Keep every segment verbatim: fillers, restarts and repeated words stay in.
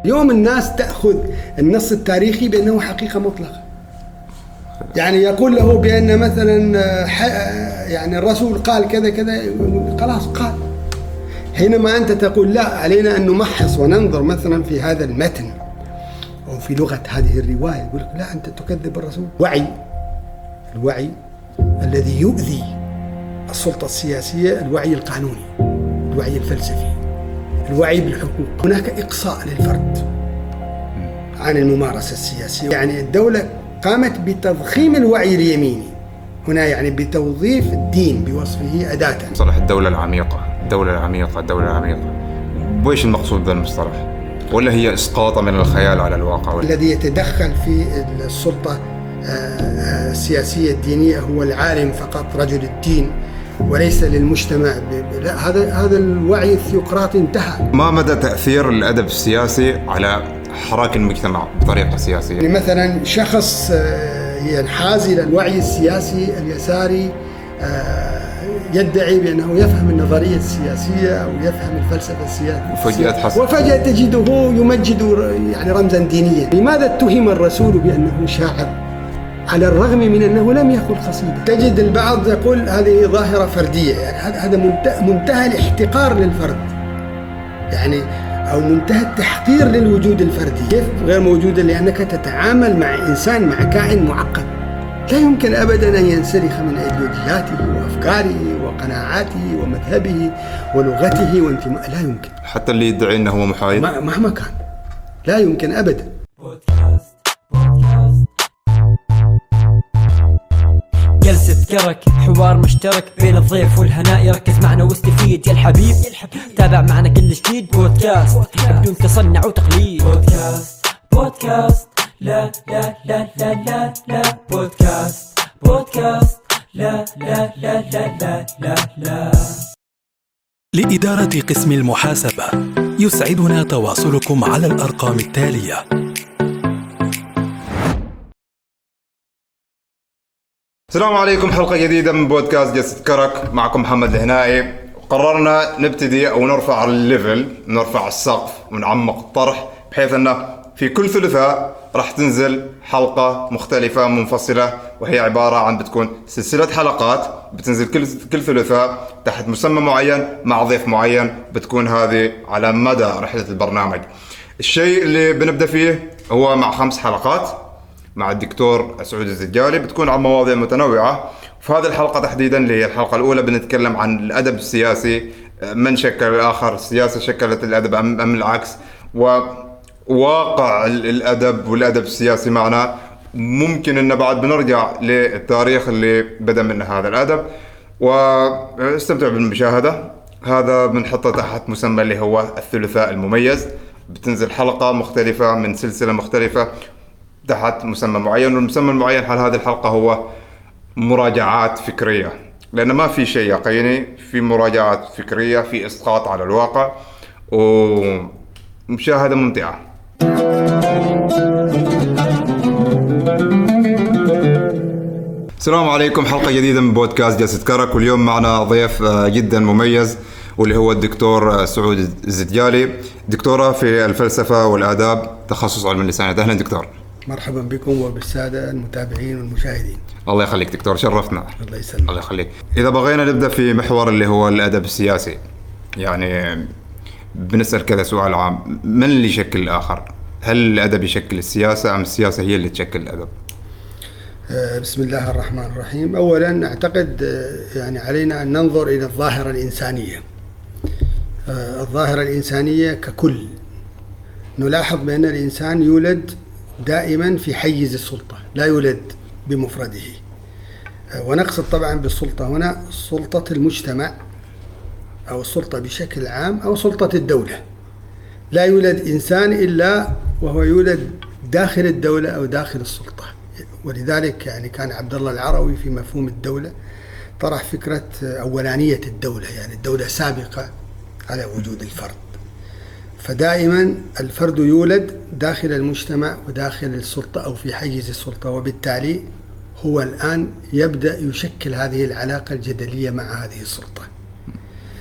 اليوم الناس تأخذ النص التاريخي بأنه حقيقة مطلقة، يعني يقول له بأن مثلا يعني الرسول قال كذا كذا، خلاص قال. حينما أنت تقول لا، علينا أن نمحص وننظر مثلا في هذا المتن أو في لغة هذه الرواية، يقول لك لا أنت تكذب الرسول. وعي، الوعي الذي يؤذي السلطة السياسية، الوعي القانوني، الوعي الفلسفي، الوعي بالحقوق. هناك إقصاء للفرد عن الممارسة السياسية، يعني الدولة قامت بتضخيم الوعي اليميني هنا، يعني بتوظيف الدين بوصفه أداة. مصطلح الدولة العميقة، الدولة العميقة، الدولة العميقة، وإيش المقصود بالمصطلح؟ ولا هي إسقاطه من الخيال على الواقع؟ الذي يتدخل في السلطة السياسية الدينية هو العالم فقط، رجل الدين، وليس للمجتمع. لا، هذا هذا الوعي الثيوقراطي انتهى. ما مدى تأثير الأدب السياسي على حراك المجتمع بطريقة سياسية؟ يعني مثلا شخص ينحاز إلى الوعي السياسي اليساري يدعي بأنه يفهم النظرية السياسية أو يفهم الفلسفة السياسية، وفجأة, وفجأة تجده يمجد يعني رمزا دينيا. لماذا اتهم الرسول بأنه شاعر على الرغم من أنه لم يقل قصيدة؟ تجد البعض يقول هذه ظاهرة فردية، يعني هذا منتهى الاحتقار للفرد، يعني أو منتهى التحقير للوجود الفردي. كيف غير موجودة؟ لأنك تتعامل مع إنسان، مع كائن معقد، لا يمكن أبدا أن ينسلخ من أيديولوجياته وأفكاره وقناعاته ومذهبه ولغته وانتماء، لا يمكن. حتى اللي يدعي أنه هو محايد مهما كان لا يمكن أبدا. جلسة كرك، حوار مشترك بين الضيف والهناء، يركز معنا واستفيد يا الحبيب. تابع معنا كل جديد، بودكاست بدون تصنع وتقليد. بودكاست بودكاست لا لا لا لا لا لا بودكاست بودكاست لا لا لا لا لا لا لا. لإدارة قسم المحاسبة يسعدنا تواصلكم على الأرقام التالية. السلام عليكم، حلقة جديدة من بودكاست جلسة كرك، معكم محمد الهنائي. قررنا نبتدي أو نرفع الليفل، نرفع السقف ونعمق الطرح، بحيث أنه في كل ثلاثاء راح تنزل حلقة مختلفة منفصلة، وهي عبارة عن بتكون سلسلة حلقات بتنزل كل كل ثلاثاء تحت مسمى معين مع ضيف معين، بتكون هذه على مدى رحلة البرنامج. الشيء اللي بنبدأ فيه هو مع خمس حلقات مع الدكتور سعود الزديالي، بتكون عن مواضيع متنوعة. في هذه الحلقة تحديدا اللي هي الحلقة الأولى بنتكلم عن الأدب السياسي، من شكل الآخر، السياسة شكلت الأدب أم, أم العكس، وواقع الأدب والأدب السياسي معنا. ممكن أن بعد بنرجع للتاريخ اللي بدأ من هذا الأدب، واستمتع بالمشاهدة. هذا بنحطه تحت مسمى اللي هو الثلاثاء المميز، بتنزل حلقة مختلفة من سلسلة مختلفة تحت مسمى معين، والمسمى المعين حال هذه الحلقة هو مراجعات فكرية، لأن ما في شيء يقيني، في مراجعات فكرية، في إسقاط على الواقع ومشاهدة ممتعة. السلام عليكم، حلقة جديدة من بودكاست جلسة كرك، واليوم معنا ضيف جدا مميز واللي هو الدكتور سعود الزديالي، دكتورة في الفلسفة والآداب، تخصص علم اللسانيات. أهلا دكتور. مرحبا بكم وبالسادة المتابعين والمشاهدين. الله يخليك دكتور، شرفتنا. الله يسلمك. الله يخليك. إذا بغينا نبدأ في محور اللي هو الأدب السياسي، يعني بنسأل كذا سؤال عام: من اللي يشكل الآخر؟ هل الأدب يشكل السياسة أم السياسة هي اللي تشكل الأدب؟ بسم الله الرحمن الرحيم. أولا أعتقد يعني علينا أن ننظر إلى الظاهرة الإنسانية. الظاهرة الإنسانية ككل، نلاحظ بأن الإنسان يولد دائما في حيز السلطة، لا يولد بمفرده. ونقصد طبعا بالسلطة هنا سلطة المجتمع أو السلطة بشكل عام أو سلطة الدولة. لا يولد إنسان إلا وهو يولد داخل الدولة أو داخل السلطة. ولذلك يعني كان عبد الله العروي في مفهوم الدولة طرح فكرة أولانية الدولة، يعني الدولة سابقة على وجود الفرد. فدائما الفرد يولد داخل المجتمع وداخل السلطة أو في حيز السلطة، وبالتالي هو الآن يبدأ يشكل هذه العلاقة الجدلية مع هذه السلطة.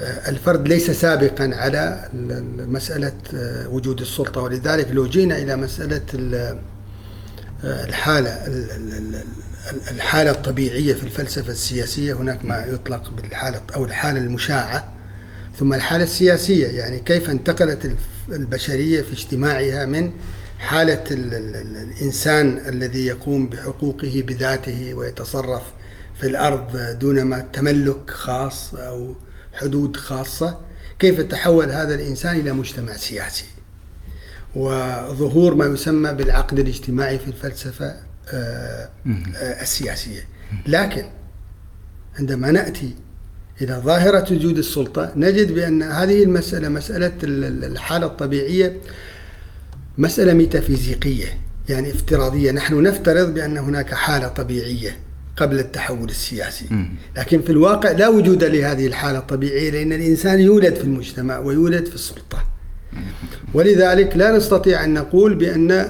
الفرد ليس سابقا على مسألة وجود السلطة، ولذلك لو جينا إلى مسألة الحالة الحالة الطبيعية في الفلسفة السياسية، هناك ما يطلق بالحالة أو الحالة المشاعة، ثم الحالة السياسية، يعني كيف انتقلت البشرية في اجتماعها من حالة الإنسان الذي يقوم بحقوقه بذاته ويتصرف في الأرض دون ما تملك خاص أو حدود خاصة، كيف تحول هذا الإنسان إلى مجتمع سياسي، وظهور ما يسمى بالعقد الاجتماعي في الفلسفة السياسية. لكن عندما نأتي إلى ظاهرة وجود السلطة نجد بأن هذه المسألة، مسألة الحالة الطبيعية، مسألة ميتافيزيقية يعني افتراضية. نحن نفترض بأن هناك حالة طبيعية قبل التحول السياسي، لكن في الواقع لا وجود لهذه الحالة الطبيعية، لأن الإنسان يولد في المجتمع ويولد في السلطة، ولذلك لا نستطيع أن نقول بأن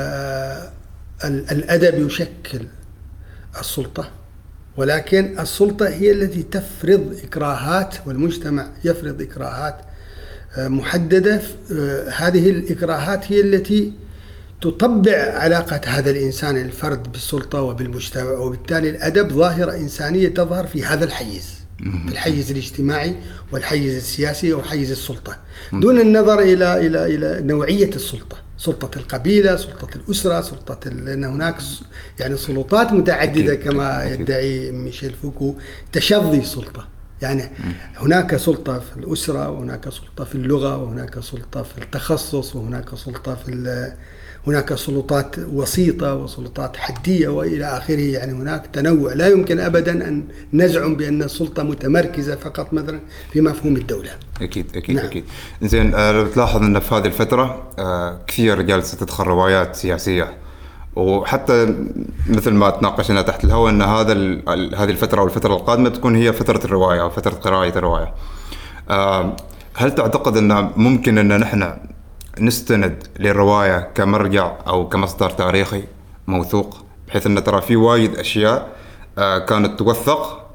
الأدب يشكل السلطة، ولكن السلطة هي التي تفرض إكراهات والمجتمع يفرض إكراهات محددة. هذه الإكراهات هي التي تطبع علاقة هذا الإنسان الفرد بالسلطة وبالمجتمع، وبالتالي الأدب ظاهرة إنسانية تظهر في هذا الحيز، في الحيز الاجتماعي والحيز السياسي وحيز السلطة، دون النظر إلى إلى إلى نوعية السلطة، سلطة القبيلة، سلطة الأسرة، سلطة، لأن هناك يعني سلطات متعددة كما يدعي ميشيل فوكو، تشظي سلطة، يعني هناك سلطة في الأسرة، وهناك سلطة في اللغة، وهناك سلطة في التخصص، وهناك سلطة في هناك سلطات وسيطة وسلطات حدية وإلى آخره. يعني هناك تنوع، لا يمكن أبدا أن نزعم بأن السلطة متمركزة فقط مثلا في مفهوم الدولة. أكيد أكيد نعم. أكيد. زين، لو تلاحظ أن في هذه الفترة كثير جالسة تدخل روايات سياسية، وحتى مثل ما تناقشنا تحت الهواء أن هذا هذه الفترة والفترة القادمة تكون هي فترة الرواية أو فترة قراءة الرواية. هل تعتقد أن ممكن أن نحن نستند للرواية كمرجع أو كمصدر تاريخي موثوق، بحيث أن ترى في وايد أشياء كانت توثق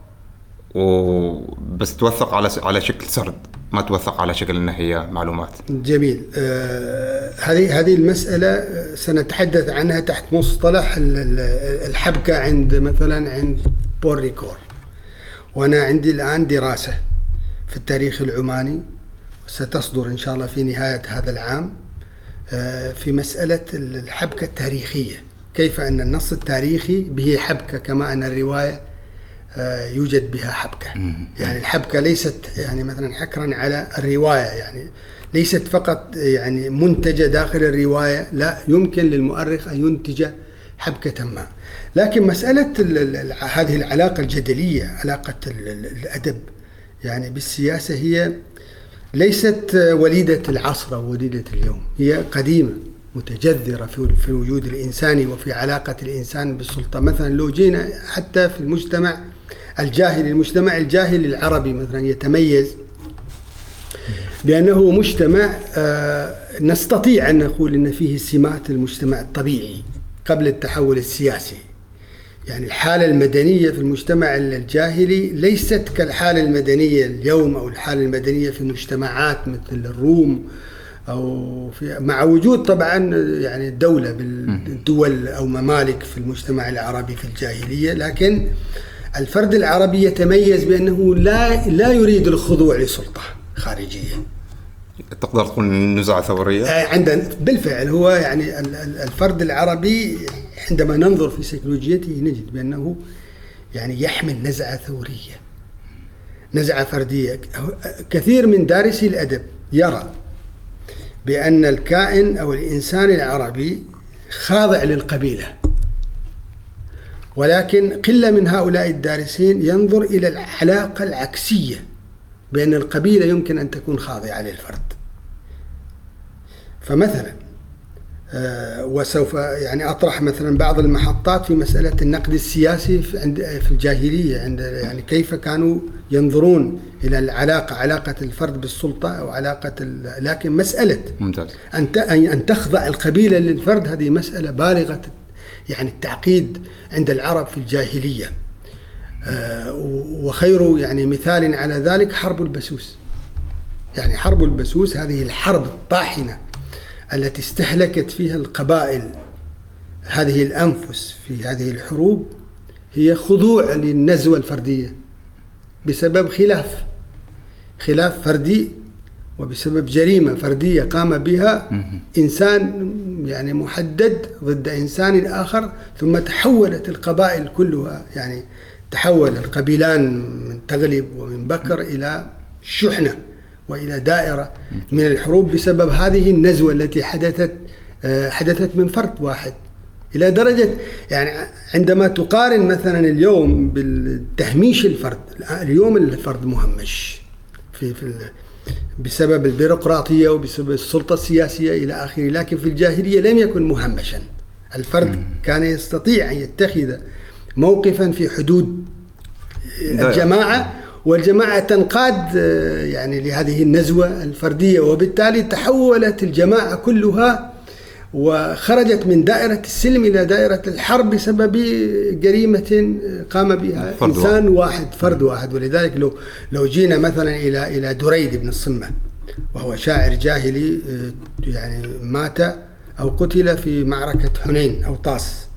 وبس توثق على على شكل سرد، ما توثق على شكل أنها هي معلومات؟ جميل. آه هذه هذه المسألة سنتحدث عنها تحت مصطلح الحبكة عند مثلا عند بول ريكور. وأنا عندي الآن دراسة في التاريخ العماني ستصدر إن شاء الله في نهاية هذا العام في مسألة الحبكة التاريخية، كيف أن النص التاريخي به حبكة كما أن الرواية يوجد بها حبكة. يعني الحبكة ليست يعني مثلا حكرا على الرواية، يعني ليست فقط يعني منتجة داخل الرواية، لا، يمكن للمؤرخ أن ينتج حبكة ما. لكن مسألة هذه العلاقة الجدلية، علاقة الأدب يعني بالسياسة، هي ليست وليدة العصر أو وليدة اليوم، هي قديمة متجذرة في الوجود الإنساني وفي علاقة الإنسان بالسلطة. مثلا لو جينا حتى في المجتمع الجاهلي، المجتمع الجاهلي العربي مثلا يتميز بأنه مجتمع نستطيع أن نقول إن فيه سمات المجتمع الطبيعي قبل التحول السياسي. يعني الحالة المدنية في المجتمع الجاهلي ليست كالحالة المدنية اليوم أو الحالة المدنية في مجتمعات مثل الروم، أو في مع وجود طبعا يعني الدولة بالدول أو ممالك في المجتمع العربي في الجاهلية. لكن الفرد العربي يتميز بأنه لا لا يريد الخضوع لسلطة خارجية. تقدر تكون نزعة ثورية عندنا بالفعل. هو يعني الفرد العربي عندما ننظر في سيكولوجيته نجد بأنه يعني يحمل نزعة ثورية، نزعة فردية. كثير من دارسي الأدب يرى بأن الكائن أو الإنسان العربي خاضع للقبيلة، ولكن قلة من هؤلاء الدارسين ينظر إلى العلاقة العكسية، بأن القبيلة يمكن أن تكون خاضعة للفرد. فمثلا آه وسوف يعني أطرح مثلا بعض المحطات في مسألة النقد السياسي في, عند في الجاهلية، عند يعني كيف كانوا ينظرون إلى العلاقة، علاقة الفرد بالسلطة أو علاقة، لكن مسألة ممتاز. أن أن تخضع القبيلة للفرد هذه مسألة بالغة يعني التعقيد عند العرب في الجاهلية. آه وخير يعني مثال على ذلك حرب البسوس. يعني حرب البسوس هذه الحرب الطاحنة التي استهلكت فيها القبائل هذه الأنفس في هذه الحروب هي خضوع للنزوة الفردية بسبب خلاف خلاف فردي وبسبب جريمة فردية قام بها إنسان يعني محدد ضد إنسان آخر، ثم تحولت القبائل كلها، يعني تحول القبيلان من تغلب ومن بكر إلى شحنة وإلى دائرة من الحروب بسبب هذه النزوة التي حدثت حدثت من فرد واحد، إلى درجة يعني عندما تقارن مثلا اليوم بالتهميش الفرد، اليوم الفرد مهمش في في بسبب البيروقراطية وبسبب السلطة السياسية إلى آخره، لكن في الجاهلية لم يكن مهمشا. الفرد كان يستطيع أن يتخذ موقفا في حدود الجماعة، والجماعة تنقاد يعني لهذه النزوة الفردية، وبالتالي تحولت الجماعة كلها وخرجت من دائرة السلم إلى دائرة الحرب بسبب جريمة قام بها إنسان واحد فرد واحد. ولذلك لو لو جينا مثلا إلى إلى دريد بن الصمة، وهو شاعر جاهلي يعني مات أو قتل في معركة حنين أو طاس،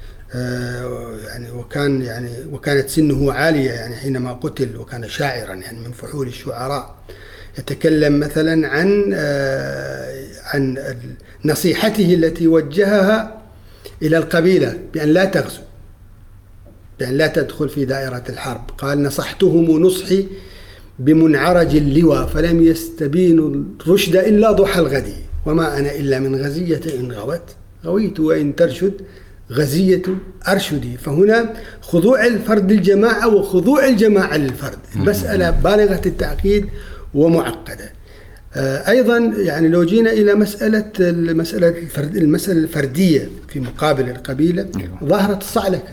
يعني وكان يعني وكانت سنه عالية يعني حينما قتل، وكان شاعرا يعني من فحول الشعراء. يتكلم مثلا عن عن نصيحته التي وجهها إلى القبيلة بأن لا تغزو، بأن لا تدخل في دائرة الحرب. قال: نصحتهم نصحي بمنعرج اللوى فلم يستبينوا الرشد إلا ضحى الغد، وما أنا إلا من غزية إن غوت غويت وإن ترشد غزية أرشدي. فهنا خضوع الفرد للجماعة وخضوع الجماعة للفرد، مسألة بالغة التعقيد ومعقدة. أيضا يعني لو جينا إلى مسألة المسألة الفرد المسألة الفردية في مقابل القبيلة، ظاهرة الصعلكة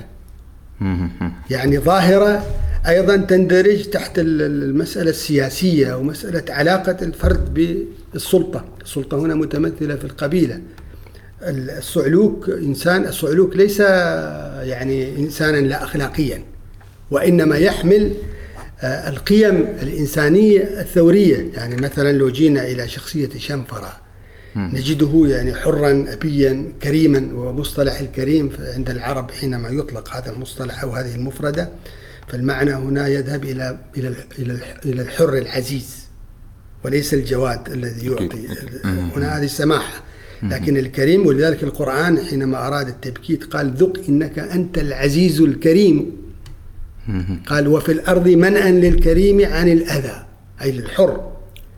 يعني ظاهرة أيضا تندرج تحت المسألة السياسية ومسألة علاقة الفرد بالسلطة. السلطة هنا متمثلة في القبيلة. الصعلوك إنسان الصعلوك ليس يعني إنسانا لا أخلاقيا، وإنما يحمل القيم الإنسانية الثورية. يعني مثلا لو جينا إلى شخصية شنفرة نجده يعني حرا أبيا كريما، ومصطلح الكريم عند العرب حينما يطلق هذا المصطلح أو هذه المفردة فالمعنى هنا يذهب إلى إلى إلى الحر العزيز وليس الجواد الذي يعطي. هنا هذه السماحة. لكن الكريم، ولذلك القرآن حينما أراد التبكيت قال: ذق إنك أنت العزيز الكريم. قال: وفي الأرض منأ للكريم عن الأذى، أي للحر.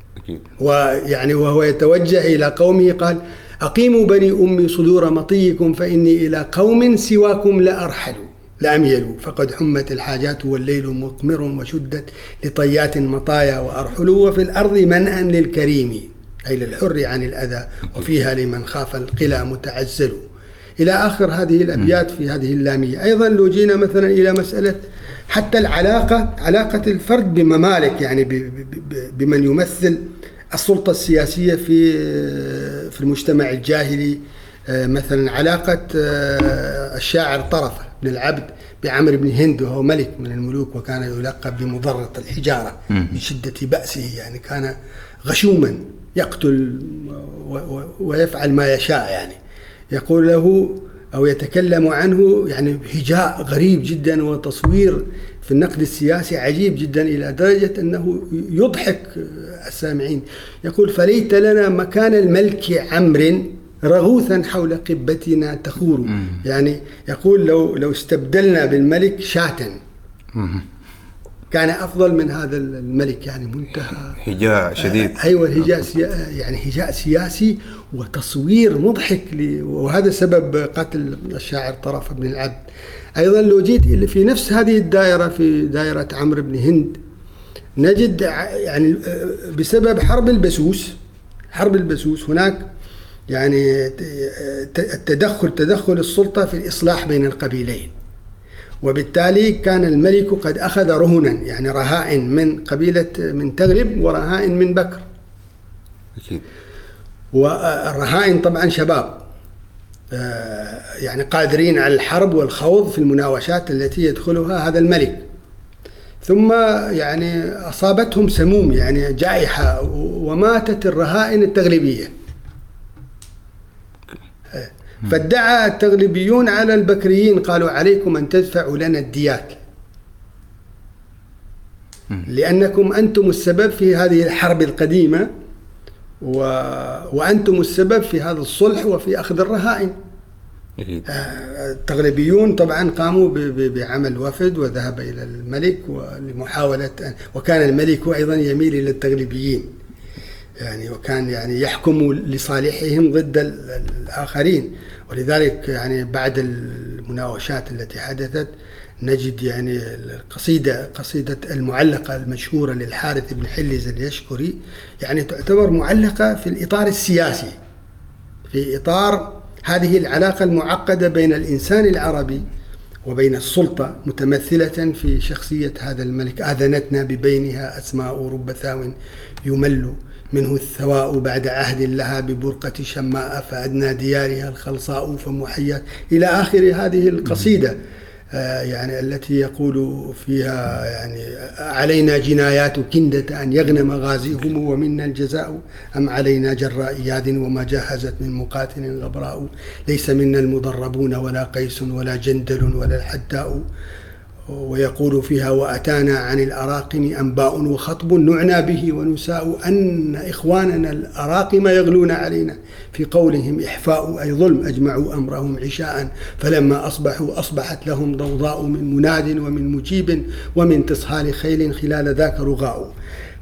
ويعني وهو يتوجه إلى قومه قال: أقيموا بني أمي صدور مطيكم فإني إلى قوم سواكم لأرحل لأميل، فقد حمت الحاجات والليل مقمر وشدت لطيات مطايا وأرحل، وفي الأرض منأ للكريم أي للحر عن الأذى، وفيها لمن خاف القلى متعزل، إلى آخر هذه الأبيات في هذه اللامية. أيضا لو جينا مثلا إلى مسألة حتى العلاقة علاقة الفرد بممالك، يعني بمن يمثل السلطة السياسية في في المجتمع الجاهلي، مثلا علاقة الشاعر طرفة بن العبد بعمر بن هند، وهو ملك من الملوك وكان يلقب بمضرة الحجارة من شدة بأسه، يعني كان غشوما يقتل ويفعل ما يشاء. يعني يقول له أو يتكلم عنه يعني هجاء غريب جدا وتصوير في النقد السياسي عجيب جدا، إلى درجة أنه يضحك السامعين. يقول: فليت لنا مكان الملك عمرو رغوثا حول قبتنا تخور. يعني يقول لو لو استبدلنا بالملك شاة كان أفضل من هذا الملك. يعني منتهى هجاء شديد. أيوة الهجاء يعني هجاء سياسي وتصوير مضحك، وهذا سبب قتل الشاعر طرف بن العبد. أيضا لو جيت في نفس هذه الدائرة في دائرة عمرو بن هند نجد يعني بسبب حرب البسوس حرب البسوس هناك يعني التدخل تدخل السلطة في الإصلاح بين القبيلين، وبالتالي كان الملك قد أخذ رهنا يعني رهائن من قبيلة من تغلب ورهائن من بكر. أكيد. والرهائن طبعا شباب يعني قادرين على الحرب والخوض في المناوشات التي يدخلها هذا الملك. ثم يعني أصابتهم سموم يعني جائحة وماتت الرهائن التغليبية. فادعى التغليبيون على البكريين، قالوا عليكم أن تدفعوا لنا الديات لأنكم أنتم السبب في هذه الحرب القديمة و... وأنتم السبب في هذا الصلح وفي أخذ الرهائن. التغليبيون طبعا قاموا ب... ب... بعمل وفد وذهب إلى الملك ولمحاولة أن... وكان الملك أيضا يميل إلى التغليبيين يعني، وكان يعني يحكم لصالحهم ضد الآخرين. ولذلك يعني بعد المناوشات التي حدثت نجد يعني القصيدة قصيدة المعلقة المشهورة للحارث بن حلز اليشكري يعني تعتبر معلقة في الإطار السياسي، في إطار هذه العلاقة المعقدة بين الإنسان العربي وبين السلطة متمثلة في شخصية هذا الملك. آذنتنا ببينها أسماء رب ثاو يمل منه الثواء بعد عهد لها ببرقة شماء فأدنى ديارها الخلصاء فمحيات إلى آخر هذه القصيدة آه يعني التي يقول فيها يعني علينا جنايات كندة أن يغنم غازيهم ومنا الجزاء أم علينا جراء إياد وما جهزت من مقاتل غبراء ليس منا المضربون ولا قيس ولا جندل ولا الحداء. ويقول فيها وأتانا عن الأراقم أنباء وخطب نعنى به ونساء أن إخواننا الأراقم يغلون علينا في قولهم إحفاء أي ظلم أجمعوا أمرهم عشاء فلما أصبحوا أصبحت لهم ضوضاء من مناد ومن مجيب ومن تصهال خيل خلال ذاك رغاء.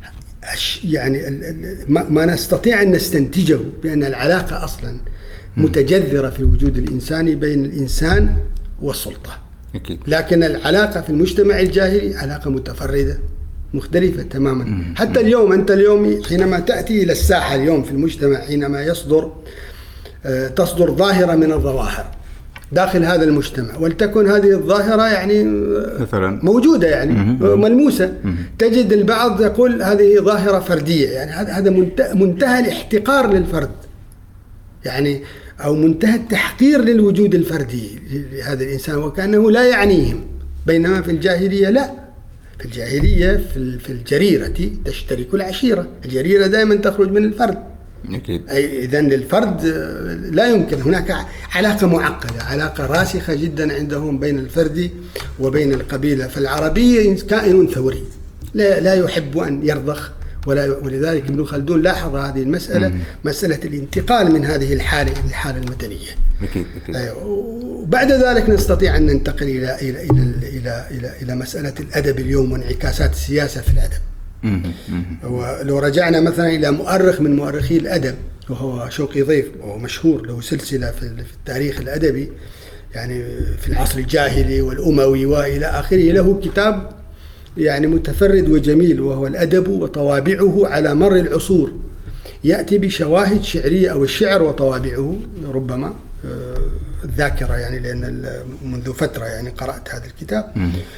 يعني ما نستطيع أن نستنتجه بأن العلاقة أصلا متجذرة في الوجود الإنساني بين الإنسان والسلطة. لكن العلاقة في المجتمع الجاهلي علاقة متفردة مختلفة تماما. حتى اليوم أنت اليوم حينما تأتي إلى الساحة اليوم في المجتمع حينما يصدر تصدر ظاهرة من الظواهر داخل هذا المجتمع ولتكن هذه الظاهرة يعني مثلا موجودة يعني ملموسة، تجد البعض يقول هذه ظاهرة فردية يعني هذا منتهى الاحتقار للفرد يعني أو منتهى التحقير للوجود الفردي لهذا الإنسان وكأنه لا يعنيهم. بينما في الجاهلية لا، في الجاهلية في الجريرة تشترك العشيرة، الجريرة دائما تخرج من الفرد. أي إذن للفرد لا يمكن، هناك علاقة معقدة، علاقة راسخة جدا عندهم بين الفرد وبين القبيلة. فالعربي كائن ثوري لا, لا يحب أن يرضخ ولا، ولذلك ابن خلدون لاحظ هذه المسألة مم. مسألة الانتقال من هذه الحالة إلى الحالة المدنية. أكيد أكيد. وبعد ذلك نستطيع أن ننتقل إلى إلى إلى إلى إلى, إلى مسألة الأدب اليوم وانعكاسات السياسة في الأدب. مم. مم. ولو رجعنا مثلا إلى مؤرخ من مؤرخي الأدب وهو شوقي ضيف، وهو مشهور له سلسلة في التاريخ الأدبي يعني في العصر الجاهلي والأموي وإلى آخره، له كتاب يعني متفرد وجميل وهو الأدب وطوابعه على مر العصور. يأتي بشواهد شعرية أو الشعر وطوابعه ربما الذاكرة يعني لأن منذ فترة يعني قرأت هذا الكتاب.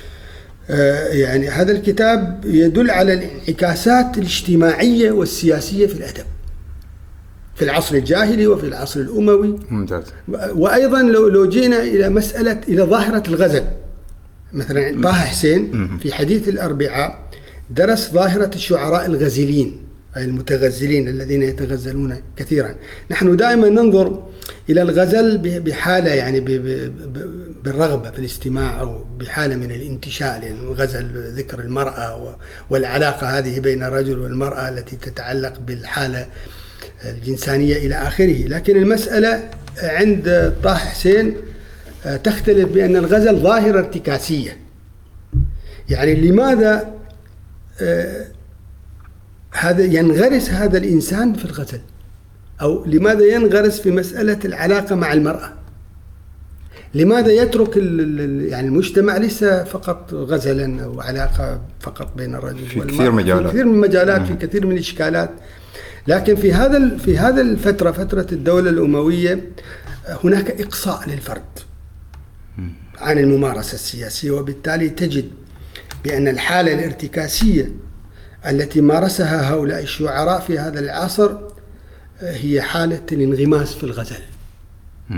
يعني هذا الكتاب يدل على الانعكاسات الاجتماعية والسياسية في الأدب في العصر الجاهلي وفي العصر الأموي. ممتاز. وأيضا لو لو جينا إلى مسألة إلى ظاهرة الغزل مثلا، طه حسين في حديث الأربعاء درس ظاهرة الشعراء الغزلين أي المتغزلين الذين يتغزلون كثيرا. نحن دائما ننظر إلى الغزل بحالة يعني بالرغبة في الاستماع أو بحالة من الانتشاء، لأن الغزل ذكر المرأة والعلاقة هذه بين الرجل والمرأة التي تتعلق بالحالة الجنسانية إلى آخره. لكن المسألة عند طه حسين تختلف بأن الغزل ظاهرة ارتكاسية. يعني لماذا آه هذا ينغرس هذا الإنسان في الغزل، أو لماذا ينغرس في مسألة العلاقة مع المرأة؟ لماذا يترك يعني المجتمع ليس فقط غزلا أو علاقة فقط بين الرجل في كثير مجالات في كثير من المجالات في كثير من الإشكالات. لكن في هذا في هذا الفترة فترة الدولة الأموية هناك إقصاء للفرد عن الممارسة السياسية، وبالتالي تجد بأن الحالة الارتكاسية التي مارسها هؤلاء الشعراء في هذا العصر هي حالة الانغماس في الغزل،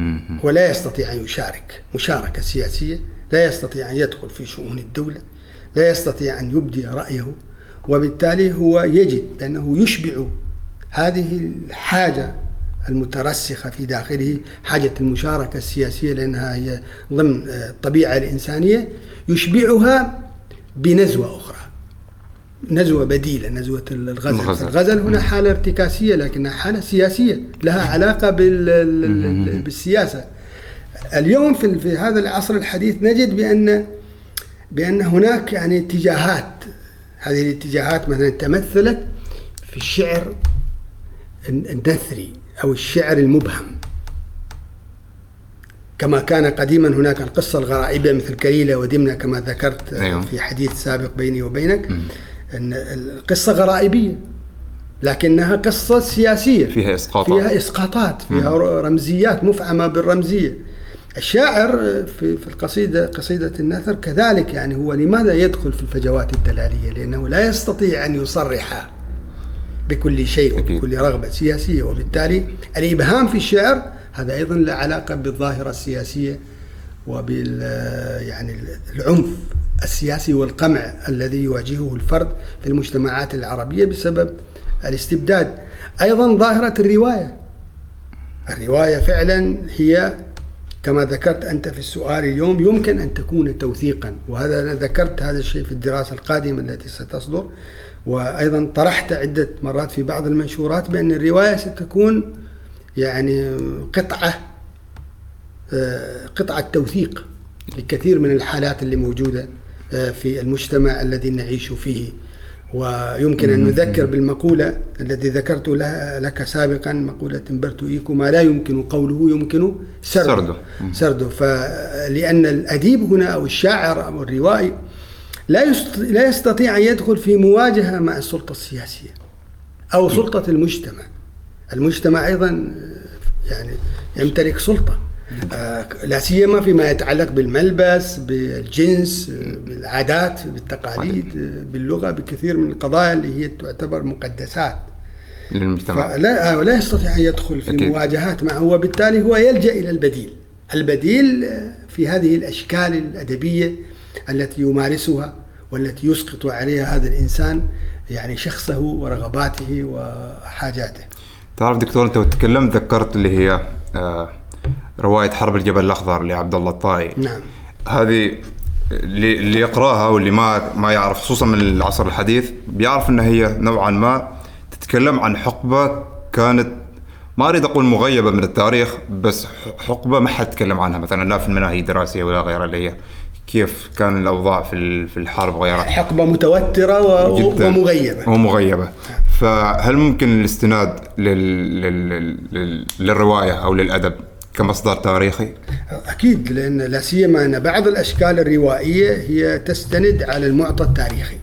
ولا يستطيع أن يشارك مشاركة سياسية، لا يستطيع أن يدخل في شؤون الدولة، لا يستطيع أن يبدي رأيه، وبالتالي هو يجد أنه يشبع هذه الحاجة المترسخة في داخله، حاجة المشاركة السياسية، لأنها هي ضمن الطبيعة الإنسانية، يشبعها بنزوة أخرى، نزوة بديلة، نزوة الغزل. الغزل, الغزل هنا حالة ارتكاسية لكنها حالة سياسية لها علاقة بال... بالسياسة. اليوم في... في هذا العصر الحديث نجد بأن بأن هناك يعني اتجاهات، هذه الاتجاهات مثلا تمثلت في الشعر النثري أو الشعر المبهم، كما كان قديما هناك القصة الغرائبة مثل كليلة ودمنة كما ذكرت أيوه. في حديث سابق بيني وبينك م. أن القصة غرائبية لكنها قصة سياسية، فيها إسقاطات، فيها إسقاطات، فيها م. رمزيات مفعمة بالرمزية. الشاعر في في القصيدة قصيدة النثر كذلك، يعني هو لماذا يدخل في الفجوات الدلالية؟ لأنه لا يستطيع أن يصرح بكل شيء وبكل رغبة سياسية، وبالتالي الإبهام في الشعر هذا أيضا له علاقة بالظاهرة السياسية وبال يعني العنف السياسي والقمع الذي يواجهه الفرد في المجتمعات العربية بسبب الاستبداد. أيضا ظاهرة الرواية، الرواية فعلا هي كما ذكرت أنت في السؤال اليوم يمكن أن تكون توثيقا، وهذا أنا ذكرت هذا الشيء في الدراسة القادمة التي ستصدر، وأيضا طرحت عدة مرات في بعض المنشورات بأن الرواية ستكون يعني قطعة قطعة توثيق لكثير من الحالات اللي موجودة في المجتمع الذي نعيش فيه. ويمكن أن نذكر بالمقولة التي ذكرت لها لك سابقا، مقولة إمبرتو إيكو: ما لا يمكن قوله يمكن سرده. سرده. فلأن الأديب هنا أو الشاعر أو الروائي لا لا يستطيع أن يدخل في مواجهة مع السلطة السياسية أو سلطة المجتمع. المجتمع أيضا يعني يمتلك سلطة، لا سيما فيما يتعلق بالملبس، بالجنس، بالعادات، بالتقاليد، باللغة، بكثير من القضايا اللي هي تعتبر مقدسات للمجتمع. لا لا يستطيع أن يدخل في أكيد. مواجهات معه، وبالتالي هو يلجأ إلى البديل. البديل في هذه الأشكال الأدبية التي يمارسها والتي يسقط عليها هذا الإنسان يعني شخصه ورغباته وحاجاته. تعرف دكتور، أنت وتكلمت ذكرت اللي هي آه رواية حرب الجبل الأخضر لعبد الله الطائي. نعم. هذه اللي, اللي يقرأها واللي ما ما يعرف خصوصا من العصر الحديث بيعرف أنها هي نوعا ما تتكلم عن حقبة كانت ما أريد أقول مغيبة من التاريخ، بس حقبة ما حد تكلم عنها مثلا لا في المناهج الدراسية ولا غيرها، اللي هي كيف كان الأوضاع في في الحرب وغيرها. حقبة متوترة ومغيبة ومغيبة. فهل ممكن الاستناد لل... لل... للرواية أو للأدب كمصدر تاريخي؟ أكيد، لأن لا سيما أن بعض الأشكال الروائية هي تستند على المعطى التاريخي،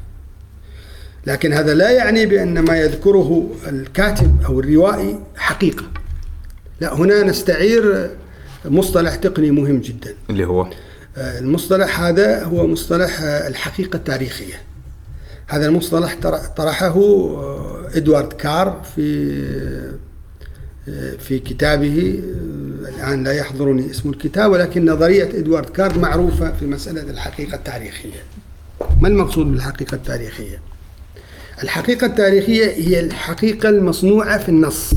لكن هذا لا يعني بأن ما يذكره الكاتب أو الروائي حقيقة. لا، هنا نستعير مصطلح تقني مهم جدا، اللي هو المصطلح هذا هو مصطلح الحقيقة التاريخية. هذا المصطلح طرحه إدوارد كار في في كتابه، الآن لا يحضرني اسم الكتاب، ولكن نظرية إدوارد كار معروفة في مسألة الحقيقة التاريخية. ما المقصود بالحقيقة التاريخية؟ الحقيقة التاريخية هي الحقيقة المصنوعة في النص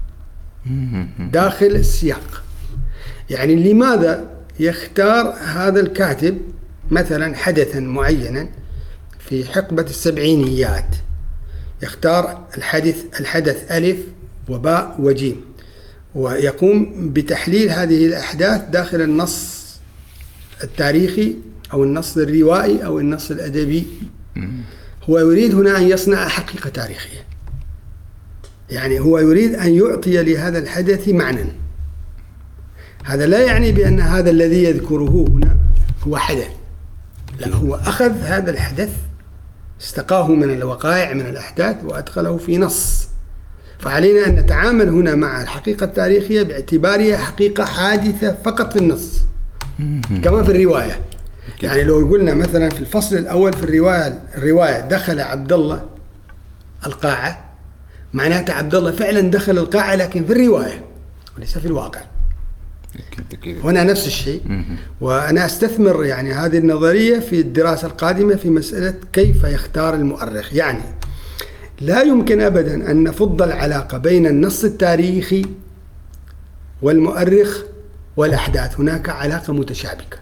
داخل السياق. يعني لماذا يختار هذا الكاتب مثلا حدثا معينا في حقبة السبعينيات، يختار الحدث الحدث ألف وباء وجيم، ويقوم بتحليل هذه الأحداث داخل النص التاريخي أو النص الروائي أو النص الأدبي. هو يريد هنا أن يصنع حقيقة تاريخية، يعني هو يريد أن يعطي لهذا الحدث معنى. هذا لا يعني بأن هذا الذي يذكره هنا هو حدث، لا، هو أخذ هذا الحدث استقاه من الوقائع من الأحداث وأدخله في نص. فعلينا أن نتعامل هنا مع الحقيقة التاريخية باعتبارها حقيقة حادثة فقط في النص، كما في الرواية. يعني لو قلنا مثلا في الفصل الأول في الرواية الرواية دخل عبد الله القاعة، معناته عبد الله فعلا دخل القاعة لكن في الرواية وليس في الواقع. هنا نفس الشيء. وأنا أستثمر يعني هذه النظرية في الدراسة القادمة في مسألة كيف يختار المؤرخ. يعني لا يمكن أبدا أن نفض العلاقة بين النص التاريخي والمؤرخ والأحداث، هناك علاقة متشابكة.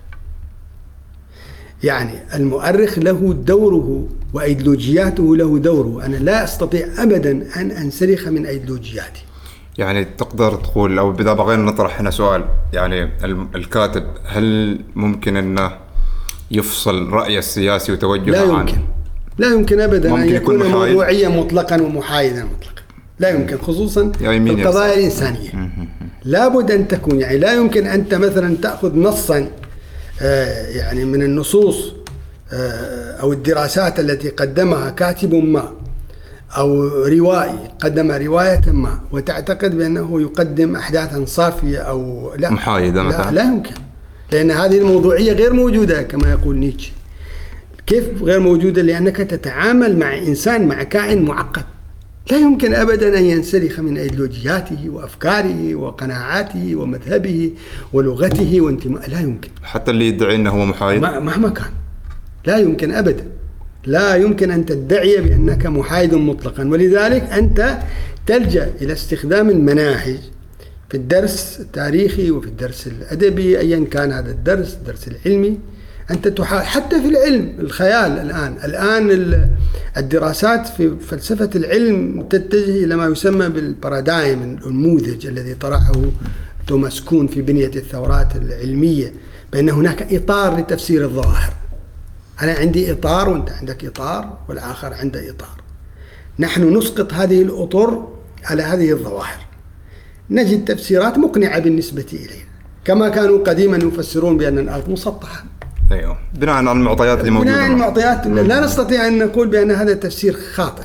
يعني المؤرخ له دوره وأيديولوجياته له دوره، أنا لا أستطيع أبدا أن أنسلخ من أيديولوجياتي. يعني تقدر تقول، أو إذا بغينا نطرح هنا سؤال، يعني الكاتب هل ممكن أنه يفصل رأيه السياسي وتوجهه؟ لا يمكن، لا يمكن أبدا أن يكون موضوعيا مطلقا ومحايدا مطلقا، لا يمكن، خصوصا في القضايا الإنسانية. لابد أن تكون، يعني لا يمكن أنت مثلا تأخذ نصا آه يعني من النصوص آه أو الدراسات التي قدمها كاتب ما أو روائي قدم رواية ما وتعتقد بأنه يقدم أحداثا صافية أو لا محايدة مثلا. لا, لا يمكن، لأن هذه الموضوعية غير موجودة كما يقول نيتشه. كيف غير موجودة؟ لأنك تتعامل مع إنسان، مع كائن معقد، لا يمكن أبدا أن ينسلخ من أيديولوجياته وأفكاره وقناعاته ومذهبه ولغته وانتماء، لا يمكن. حتى اللي يدعي أنه هو محايد مهما كان لا يمكن أبدا، لا يمكن أن تدعي بأنك محايد مطلقا. ولذلك أنت تلجأ إلى استخدام المناهج في الدرس التاريخي وفي الدرس الأدبي أيا كان هذا الدرس، الدرس العلمي. أنت تحاول حتى في العلم الخيال الآن الآن الدراسات في فلسفة العلم تتجه إلى ما يسمى بالبارادايم، النموذج الذي طرحه توماس كون في بنية الثورات العلمية، بأن هناك إطار لتفسير الظواهر. أنا عندي إطار وأنت عندك إطار والآخر عنده إطار، نحن نسقط هذه الأطر على هذه الظواهر، نجد تفسيرات مقنعة بالنسبة إلينا، كما كانوا قديما يفسرون بأن الأرض مسطحة. أيوه، بناء على المعطيات اللي موجودة. بناء على المعطيات لا نستطيع أن نقول بأن هذا التفسير خاطئ،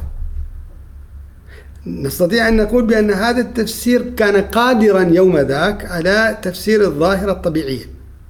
نستطيع أن نقول بأن هذا التفسير كان قادرا يوم ذاك على تفسير الظاهرة الطبيعية،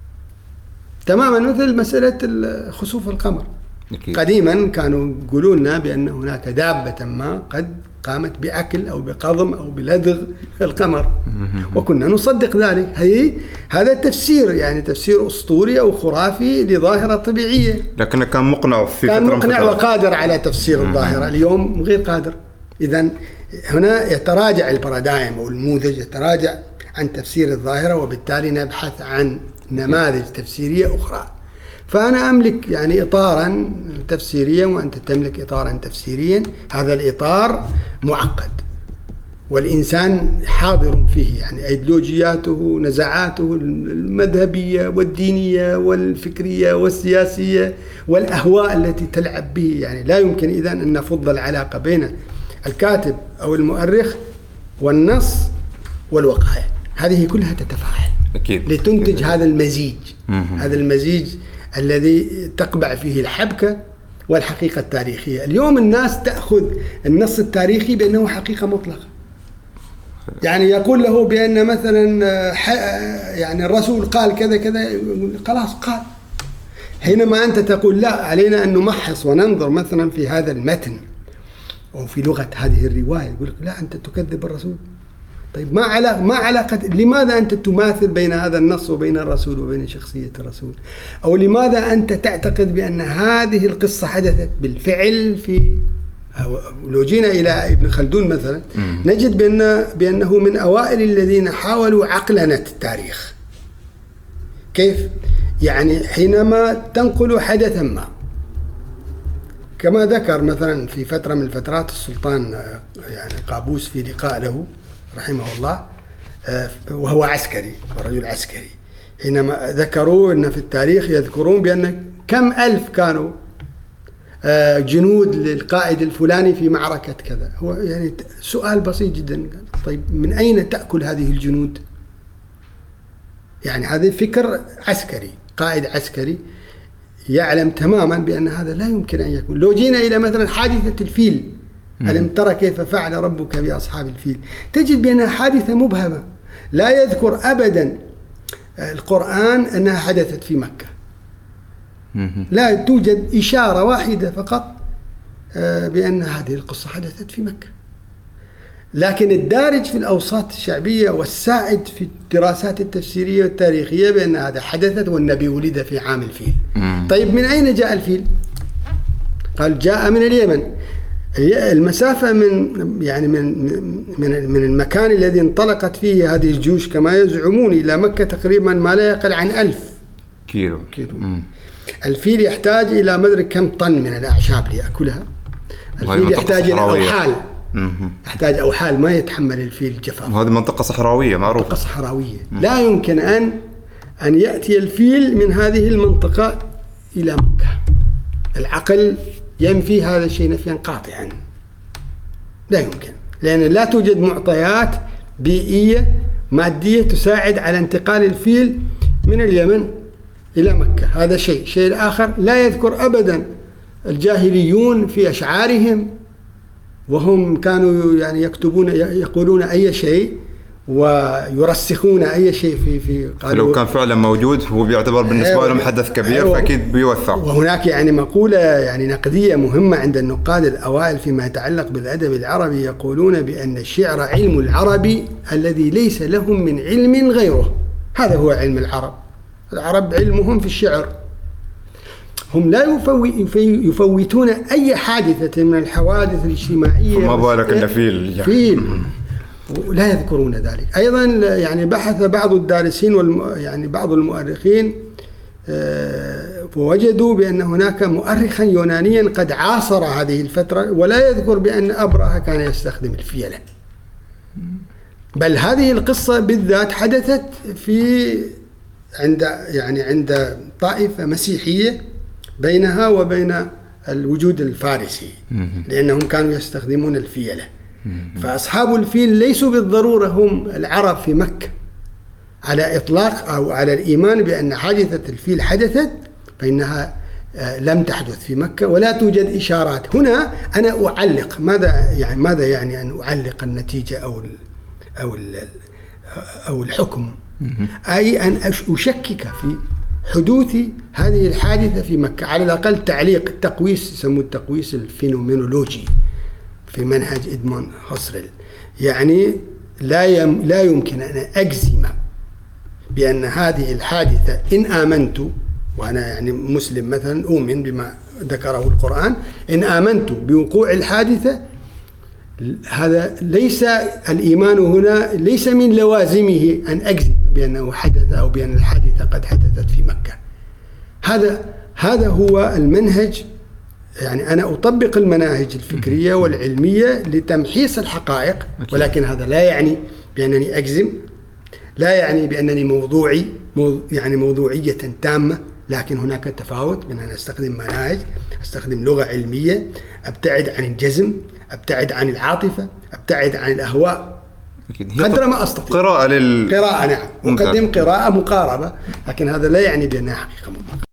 تماما مثل مسألة خسوف القمر. أكيد. قديما كانوا يقولون لنا بأن هناك دابة ما قد قامت بأكل أو بقضم أو بلدغ القمر، وكنا نصدق ذلك. هي هذا التفسير يعني تفسير أسطوري أو خرافي لظاهرة طبيعية، لكن كان مقنع في كان مقنع وقادر على تفسير الظاهرة. اليوم غير قادر. إذن هنا يتراجع البارادايم أو النموذج، يتراجع عن تفسير الظاهرة، وبالتالي نبحث عن نماذج تفسيرية أخرى. فأنا أملك يعني إطارا تفسيريا وأنت تملك إطارا تفسيريا، هذا الإطار معقد والإنسان حاضر فيه، يعني أيديولوجياته، نزعاته المذهبية والدينية والفكرية والسياسية والأهواء التي تلعب به. يعني لا يمكن إذن أن نفض العلاقة بين الكاتب أو المؤرخ والنص والوقائع، هذه كلها تتفاعل أكيد لتنتج أكيد. هذا المزيج هذا المزيج الذي تقبع فيه الحبكة والحقيقة التاريخية. اليوم الناس تأخذ النص التاريخي بأنه حقيقة مطلقة، يعني يقول له بأن مثلا يعني الرسول قال كذا كذا، خلاص قال. حينما أنت تقول لا، علينا أن نمحص وننظر مثلا في هذا المتن أو في لغة هذه الرواية، يقول لك لا أنت تكذب الرسول. طيب ما علاقة ما علاقة لماذا أنت تماثل بين هذا النص وبين الرسول وبين شخصية الرسول؟ أو لماذا أنت تعتقد بأن هذه القصة حدثت بالفعل في، لو جينا إلى ابن خلدون مثلا نجد بأن بأنه من أوائل الذين حاولوا عقلنة التاريخ. كيف؟ يعني حينما تنقل حدثا ما، كما ذكر مثلا في فترة من الفترات السلطان يعني قابوس في لقاء له رحمه الله، وهو عسكري ورجل عسكري، حينما ذكروا أن في التاريخ يذكرون بأن كم ألف كانوا جنود للقائد الفلاني في معركة كذا. هو يعني سؤال بسيط جدا، طيب من أين تأكل هذه الجنود؟ يعني هذا فكر عسكري، قائد عسكري يعلم تماما بأن هذا لا يمكن أن يكون. لو جينا إلى مثلا حادثة الفيل، ألم ترى كيف فعل ربك بأصحاب الفيل، تجد بأنها حادثة مبهمة، لا يذكر أبدا القرآن أنها حدثت في مكة، لا توجد إشارة واحدة فقط بأن هذه القصة حدثت في مكة. لكن الدارج في الأوساط الشعبية والسائد في الدراسات التفسيرية والتاريخية بأن هذا حدثت والنبي ولد في عام الفيل. طيب من أين جاء الفيل؟ قال جاء من اليمن. المسافة من يعني من من من المكان الذي انطلقت فيه هذه الجيوش كما يزعمون إلى مكة تقريبا ما لا يقل عن ألف كيلو. كيلو. الفيل يحتاج إلى مدري كم طن من الأعشاب ليأكلها. الفيل يحتاج إلى أوحال، يحتاج أوحال ما يتحمل الفيل الجفاف. وهذه منطقة صحراوية معروفة. منطقة صحراوية لا يمكن أن أن يأتي الفيل من هذه المنطقة إلى مكة. العقل ينفي هذا الشيء نفيا قاطعا، لا يمكن، لأن لا توجد معطيات بيئية مادية تساعد على انتقال الفيل من اليمن إلى مكة. هذا شيء. شيء الآخر لا يذكر أبدا الجاهليون في أشعارهم وهم كانوا يعني يكتبون يقولون أي شيء ويرسخون أي شيء في في لو كان فعلا موجود هو بيعتبر بالنسبة لهم حدث كبير فأكيد بيوثق. وهناك يعني مقولة يعني نقدية مهمة عند النقاد الأوائل فيما يتعلق بالأدب العربي، يقولون بأن الشعر علم العربي الذي ليس لهم من علم غيره. هذا هو علم العرب. العرب علمهم في الشعر، هم لا يفوتون أي حادثة من الحوادث الاجتماعية. ما بالك إلا فيل فيل لا يذكرون ذلك. أيضا يعني بحث بعض الدارسين والم يعني بعض المؤرخين ووجدوا بأن هناك مؤرخا يونانيا قد عاصر هذه الفترة ولا يذكر بأن أبرهة كان يستخدم الفيلة، بل هذه القصة بالذات حدثت في عند يعني عند طائفة مسيحية بينها وبين الوجود الفارسي، لأنهم كانوا يستخدمون الفيلة. فأصحاب الفيل ليسوا بالضرورة هم العرب في مكة على إطلاق أو على الإيمان بأن حادثة الفيل حدثت، فإنها لم تحدث في مكة ولا توجد إشارات. هنا أنا أعلق ماذا يعني ماذا يعني أن أعلق النتيجة أو ال أو ال أو الحكم، أي أن أشكك في حدوث هذه الحادثة في مكة، على الأقل تعليق التقويس، يسموه التقويس الفينومينولوجي في منهج إدمون هوسرل. يعني لا يم لا يمكن أن أجزم بأن هذه الحادثة إن آمنت، وأنا يعني مسلم مثلا أؤمن بما ذكره القرآن، إن آمنت بوقوع الحادثة، هذا ليس الإيمان هنا ليس من لوازمه أن أجزم بأنه حدث أو بأن الحادثة قد حدثت في مكة. هذا هذا هو المنهج. يعني أنا أطبق المناهج الفكرية والعلمية لتمحيص الحقائق، ولكن هذا لا يعني بأنني أجزم، لا يعني بأنني موضوعي يعني موضوعية تامة، لكن هناك تفاوت بين أن أستخدم مناهج، أستخدم لغة علمية، أبتعد عن الجزم، أبتعد عن العاطفة، أبتعد عن الأهواء قدر ما أستطيع. قراءة لل قراءة نعم، أقدم قراءة مقاربة، لكن هذا لا يعني بأنها حقيقة مطلقة.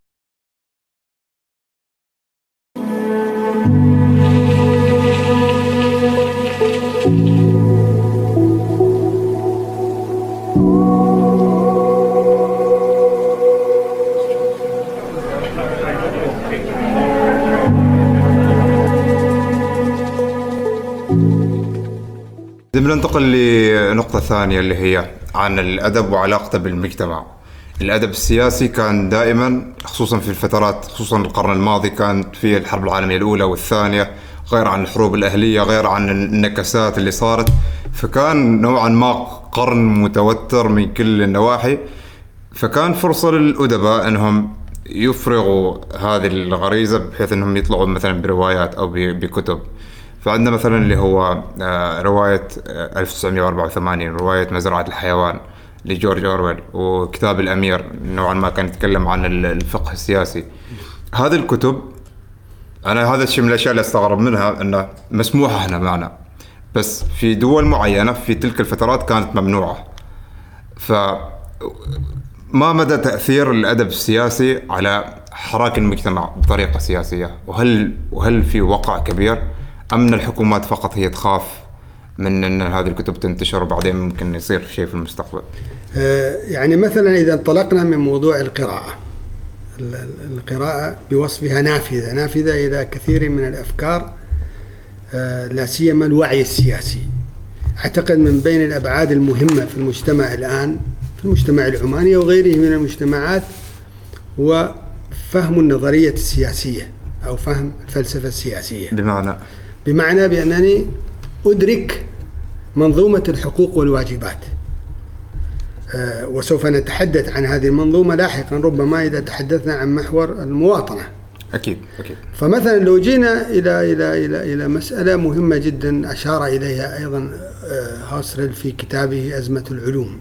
بننتقل لنقطة ثانية اللي هي عن الأدب وعلاقته بالمجتمع. الأدب السياسي كان دائما، خصوصا في الفترات خصوصا القرن الماضي، كانت في الحرب العالمية الأولى والثانية، غير عن الحروب الأهلية، غير عن النكسات اللي صارت، فكان نوعا ما قرن متوتر من كل النواحي. فكان فرصة للأدباء أنهم يفرغوا هذه الغريزة بحيث أنهم يطلعوا مثلا بروايات أو بكتب. فعندنا مثلا اللي هو رواية ألف وتسعمائة وأربعة وثمانين، رواية مزرعة الحيوان لجورج أورويل، وكتاب الأمير نوعا ما كان يتكلم عن الفقه السياسي. هذه الكتب أنا هذا الشيء من الأشياء اللي أستغرب منها، أنه مسموحة هنا معنا، بس في دول معينة في تلك الفترات كانت ممنوعة. فما مدى تأثير الأدب السياسي على حراك المجتمع بطريقة سياسية؟ وهل وهل في وقع كبير أم الحكومات فقط هي تخاف من أن هذه الكتب تنتشر وبعدين ممكن يصير شيء في المستقبل؟ يعني مثلا إذا انطلقنا من موضوع القراءة، القراءة بوصفها نافذة نافذة إلى كثير من الأفكار، لا سيما الوعي السياسي. أعتقد من بين الأبعاد المهمة في المجتمع الآن في المجتمع العماني وغيره من المجتمعات هو فهم النظرية السياسية أو فهم الفلسفة السياسية. بمعنى بمعنى بأنني أدرك منظومة الحقوق والواجبات، أه وسوف نتحدث عن هذه المنظومة لاحقا ربما إذا تحدثنا عن محور المواطنة. أكيد أكيد. فمثلا لو جينا إلى إلى إلى إلى مسألة مهمة جدا أشار إليها أيضا هوسرل في كتابه أزمة العلوم،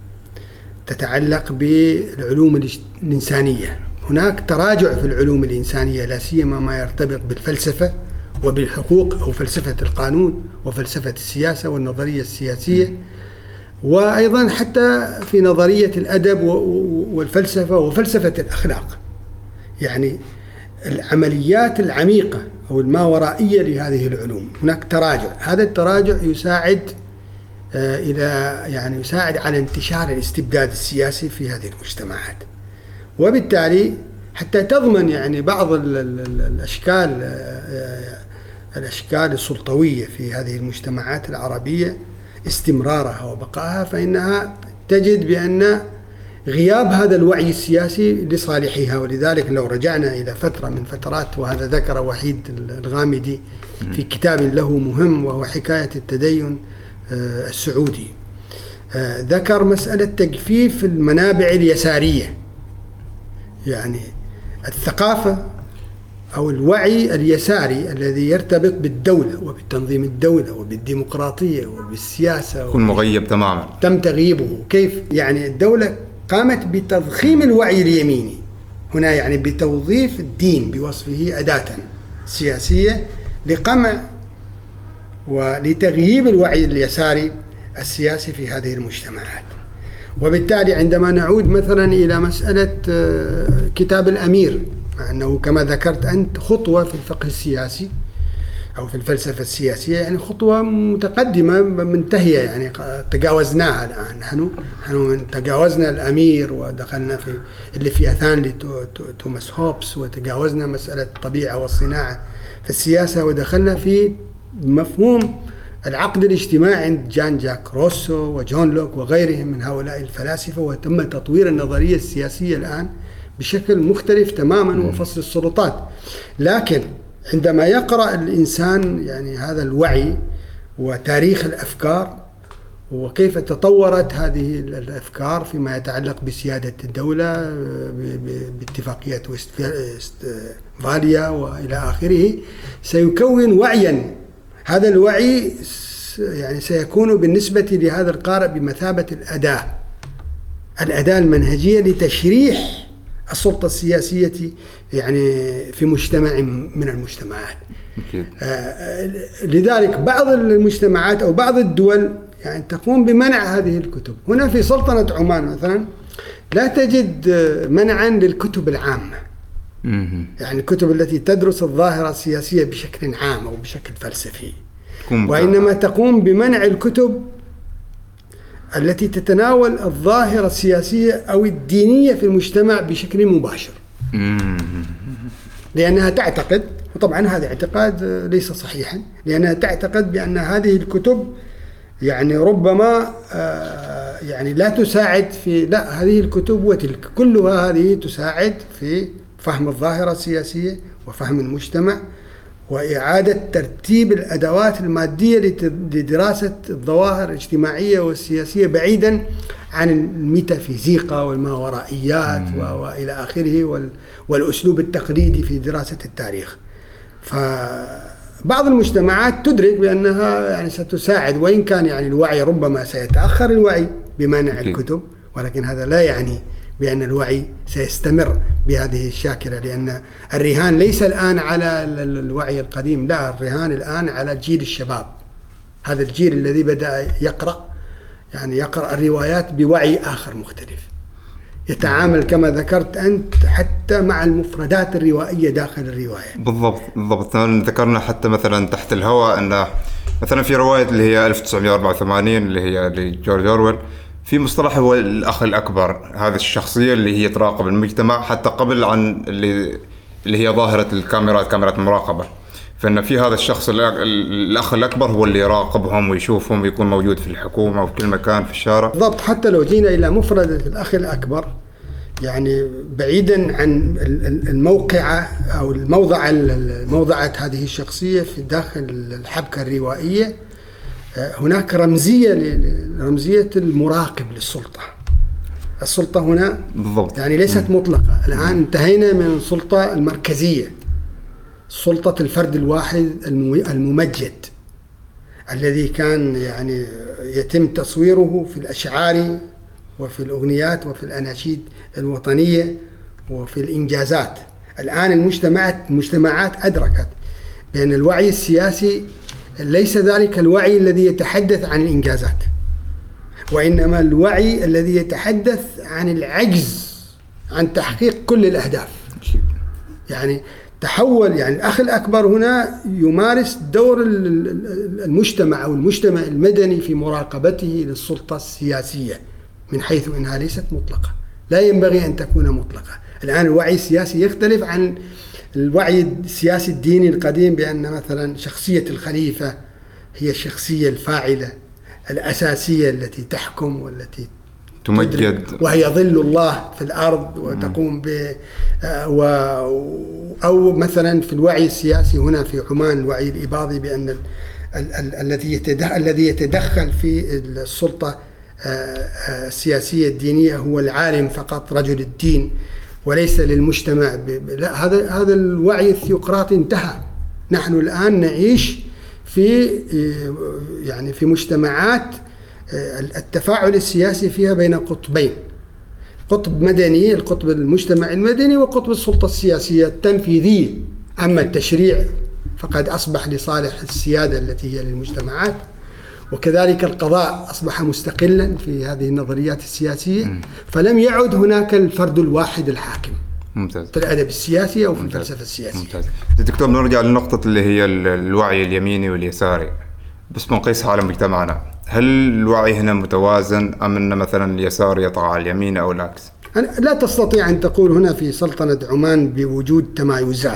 تتعلق بالعلوم الإنسانية. هناك تراجع في العلوم الإنسانية لا سيما ما يرتبط بالفلسفة وبالحقوق أو فلسفة القانون وفلسفة السياسة والنظرية السياسية، وأيضا حتى في نظرية الأدب والفلسفة وفلسفة الأخلاق. يعني العمليات العميقة أو الماورائية لهذه العلوم هناك تراجع. هذا التراجع يساعد آه إلى يعني يساعد على انتشار الاستبداد السياسي في هذه المجتمعات، وبالتالي حتى تضمن يعني بعض ال ال ال الأشكال آه الأشكال السلطوية في هذه المجتمعات العربية استمرارها وبقائها، فإنها تجد بأن غياب هذا الوعي السياسي لصالحها. ولذلك لو رجعنا إلى فترة من فترات، وهذا ذكر وحيد الغامدي في كتاب له مهم وهو حكاية التدين السعودي، ذكر مسألة تجفيف المنابع اليسارية، يعني الثقافة أو الوعي اليساري الذي يرتبط بالدولة وبالتنظيم الدولة وبالديمقراطية وبالسياسة يكون مغيب تماما، تم تغييبه. كيف؟ يعني الدولة قامت بتضخيم الوعي اليميني هنا، يعني بتوظيف الدين بوصفه أداة سياسية لقمع ولتغييب الوعي اليساري السياسي في هذه المجتمعات. وبالتالي عندما نعود مثلا إلى مسألة كتاب الأمير، مع أنه كما ذكرت أنت خطوة في الفقه السياسي أو في الفلسفة السياسية، يعني خطوة متقدمة منتهية، يعني تجاوزناها الآن. نحن نحن تجاوزنا الأمير ودخلنا في اللي في أثان لتوماس هوبس، وتجاوزنا مسألة الطبيعة والصناعة في السياسة، ودخلنا في مفهوم العقد الاجتماعي عند جان جاك روسو وجون لوك وغيرهم من هؤلاء الفلاسفة، وتم تطوير النظرية السياسية الآن بشكل مختلف تماما وفصل السلطات. لكن عندما يقرأ الإنسان يعني هذا الوعي وتاريخ الأفكار وكيف تطورت هذه الأفكار فيما يتعلق بسيادة الدولة باتفاقية وستفاليا وإلى آخره، سيكون وعيا. هذا الوعي يعني سيكون بالنسبة لهذا القارئ بمثابة الأداة الأداة المنهجية لتشريح السلطة السياسية يعني في مجتمع من المجتمعات. آه لذلك بعض المجتمعات أو بعض الدول يعني تقوم بمنع هذه الكتب. هنا في سلطنة عمان مثلا لا تجد منعا للكتب العامة، يعني الكتب التي تدرس الظاهرة السياسية بشكل عام أو بشكل فلسفي، وإنما تقوم بمنع الكتب التي تتناول الظاهرة السياسية أو الدينية في المجتمع بشكل مباشر، لأنها تعتقد، وطبعا هذا اعتقاد ليس صحيحا، لأنها تعتقد بأن هذه الكتب يعني ربما يعني لا تساعد في، لا هذه الكتب وتلك كلها هذه تساعد في فهم الظاهرة السياسية وفهم المجتمع وإعادة ترتيب الأدوات المادية لدراسة الظواهر الاجتماعية والسياسية بعيدا عن الميتافيزيقا والماورائيات وإلى آخره والأسلوب التقليدي في دراسة التاريخ. فبعض المجتمعات تدرك بأنها يعني ستساعد، وإن كان يعني الوعي ربما سيتأخر الوعي بمنع الكتب، ولكن هذا لا يعني بأن الوعي سيستمر بهذه الشاكلة، لأن الرهان ليس الآن على الوعي القديم، لا، الرهان الآن على جيل الشباب، هذا الجيل الذي بدأ يقرأ يعني يقرأ الروايات بوعي آخر مختلف، يتعامل كما ذكرت أنت حتى مع المفردات الروائية داخل الرواية. بالضبط بالضبط. ذكرنا حتى مثلا تحت الهواء أن مثلا في رواية اللي هي ألف وتسعمائة وأربعة وثمانين اللي هي لجورج أورويل، في مصطلح هو الأخ الأكبر، هذه الشخصية اللي هي تراقب المجتمع حتى قبل عن اللي اللي هي ظاهرة الكاميرات، كاميرات المراقبة. فإن في هذا الشخص الأخ الأكبر هو اللي يراقبهم ويشوفهم ويكون موجود في الحكومة وفي كل مكان في الشارع. بالضبط. حتى لو جينا إلى مفردة الأخ الأكبر، يعني بعيدا عن الموقعة أو الموضع موضعة هذه الشخصية في داخل الحبكة الروائية، هناك رمزية رمزية المراقب للسلطة. السلطة هنا بالضبط يعني ليست مطلقة. الآن انتهينا من السلطة المركزية، سلطة الفرد الواحد الممجد الذي كان يعني يتم تصويره في الأشعار وفي الأغنيات وفي الأناشيد الوطنية وفي الإنجازات. الآن المجتمعات المجتمعات أدركت بأن الوعي السياسي ليس ذلك الوعي الذي يتحدث عن الإنجازات، وإنما الوعي الذي يتحدث عن العجز عن تحقيق كل الأهداف. يعني تحول يعني الأخ الأكبر هنا يمارس دور المجتمع أو المجتمع المدني في مراقبته للسلطة السياسية، من حيث أنها ليست مطلقة، لا ينبغي أن تكون مطلقة. الآن الوعي السياسي يختلف عن الوعي السياسي الديني القديم، بأن مثلا شخصية الخليفة هي الشخصية الفاعلة الأساسية التي تحكم والتي تمجد، وهي ظل الله في الأرض وتقوم ب و... أو مثلا في الوعي السياسي هنا في عمان الوعي الإباضي بأن ال... ال... ال... الذي يتدخل الذي يتدخل في السلطة السياسية الدينية هو العالم فقط، رجل الدين، وليس للمجتمع. ب... لا، هذا هذا الوعي الثيوقراطي انتهى. نحن الآن نعيش في يعني في مجتمعات التفاعل السياسي فيها بين قطبين، قطب مدني، القطب المجتمع المدني، وقطب السلطة السياسية التنفيذية. أما التشريع فقد أصبح لصالح السيادة التي هي للمجتمعات، وكذلك القضاء أصبح مستقلا في هذه النظريات السياسية. م. فلم يعد هناك الفرد الواحد الحاكم. ممتاز. في الأدب السياسي أو في ممتاز. الفلسفة السياسية. ممتاز. دكتور، نرجع للنقطة اللي هي الوعي اليميني واليساري، بس بنقيسها على مجتمعنا. هل الوعي هنا متوازن أم أن مثلا اليسار يطغى على اليمين أو العكس؟ لا تستطيع أن تقول هنا في سلطنة عمان بوجود تمايزات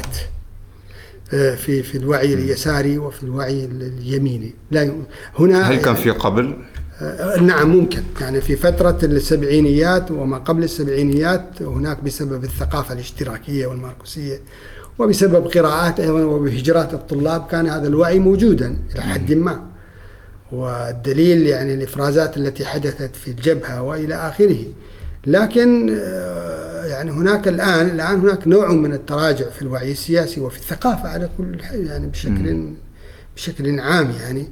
في في الوعي اليساري وفي الوعي اليميني. لا، هنا هل كان في قبل؟ نعم ممكن، يعني في فترة السبعينيات وما قبل السبعينيات هناك بسبب الثقافة الاشتراكية والماركسية وبسبب قراءات أيضا وبهجرات الطلاب كان هذا الوعي موجودا إلى حد ما، والدليل يعني الإفرازات التي حدثت في الجبهة وإلى آخره. لكن يعني هناك الآن الآن هناك نوع من التراجع في الوعي السياسي وفي الثقافة على كل يعني بشكل بشكل عام، يعني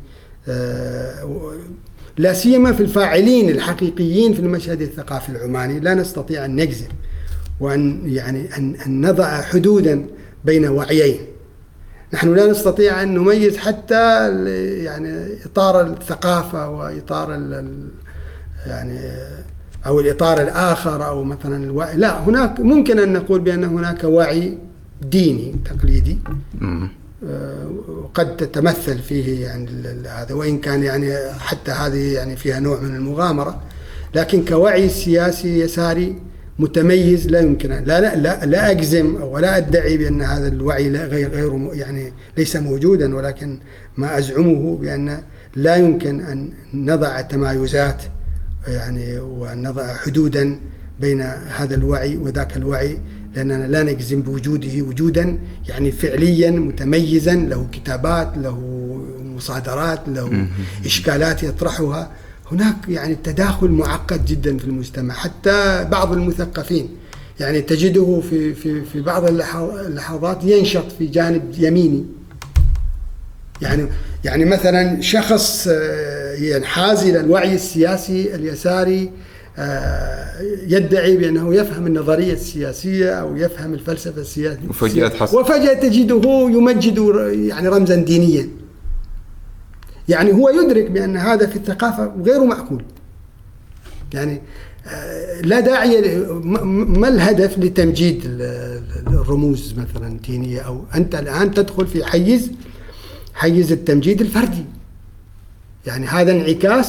لا سيما في الفاعلين الحقيقيين في المشهد الثقافي العماني. لا نستطيع أن نجزم وأن يعني أن, أن نضع حدودا بين وعيين. نحن لا نستطيع أن نميز حتى يعني إطار الثقافة وإطار يعني أو الإطار الآخر أو مثلا الوعي. لا، هناك ممكن أن نقول بأن هناك وعي ديني تقليدي قد تتمثل فيه يعني هذا، وإن كان يعني حتى هذه يعني فيها نوع من المغامرة، لكن كوعي سياسي يساري متميز لا يمكن لا لا لا, لا أجزم ولا أدعي بأن هذا الوعي غير غير يعني ليس موجودا، ولكن ما أزعمه بأن لا يمكن أن نضع تمايزات يعني وأن نضع حدودا بين هذا الوعي وذاك الوعي، لأننا لا نجزم بوجوده وجودا يعني فعليا متميزا له كتابات، له مصادرات، له إشكالات يطرحها. هناك يعني تداخل معقد جدا في المجتمع. حتى بعض المثقفين يعني تجده في في في بعض اللحظات ينشط في جانب يميني، يعني يعني مثلا شخص ينحاز إلى الوعي السياسي اليساري يدعي بأنه يفهم النظرية السياسية أو يفهم الفلسفة السياسية، وفجأة, وفجأة تجده يمجد يعني رمزا دينيا. يعني هو يدرك بأن هذا في الثقافة غير معقول. يعني لا داعي، ما الهدف لتمجيد الرموز مثلا دينية؟ أو أنت الآن تدخل في حيز حيز التمجيد الفردي. يعني هذا انعكاس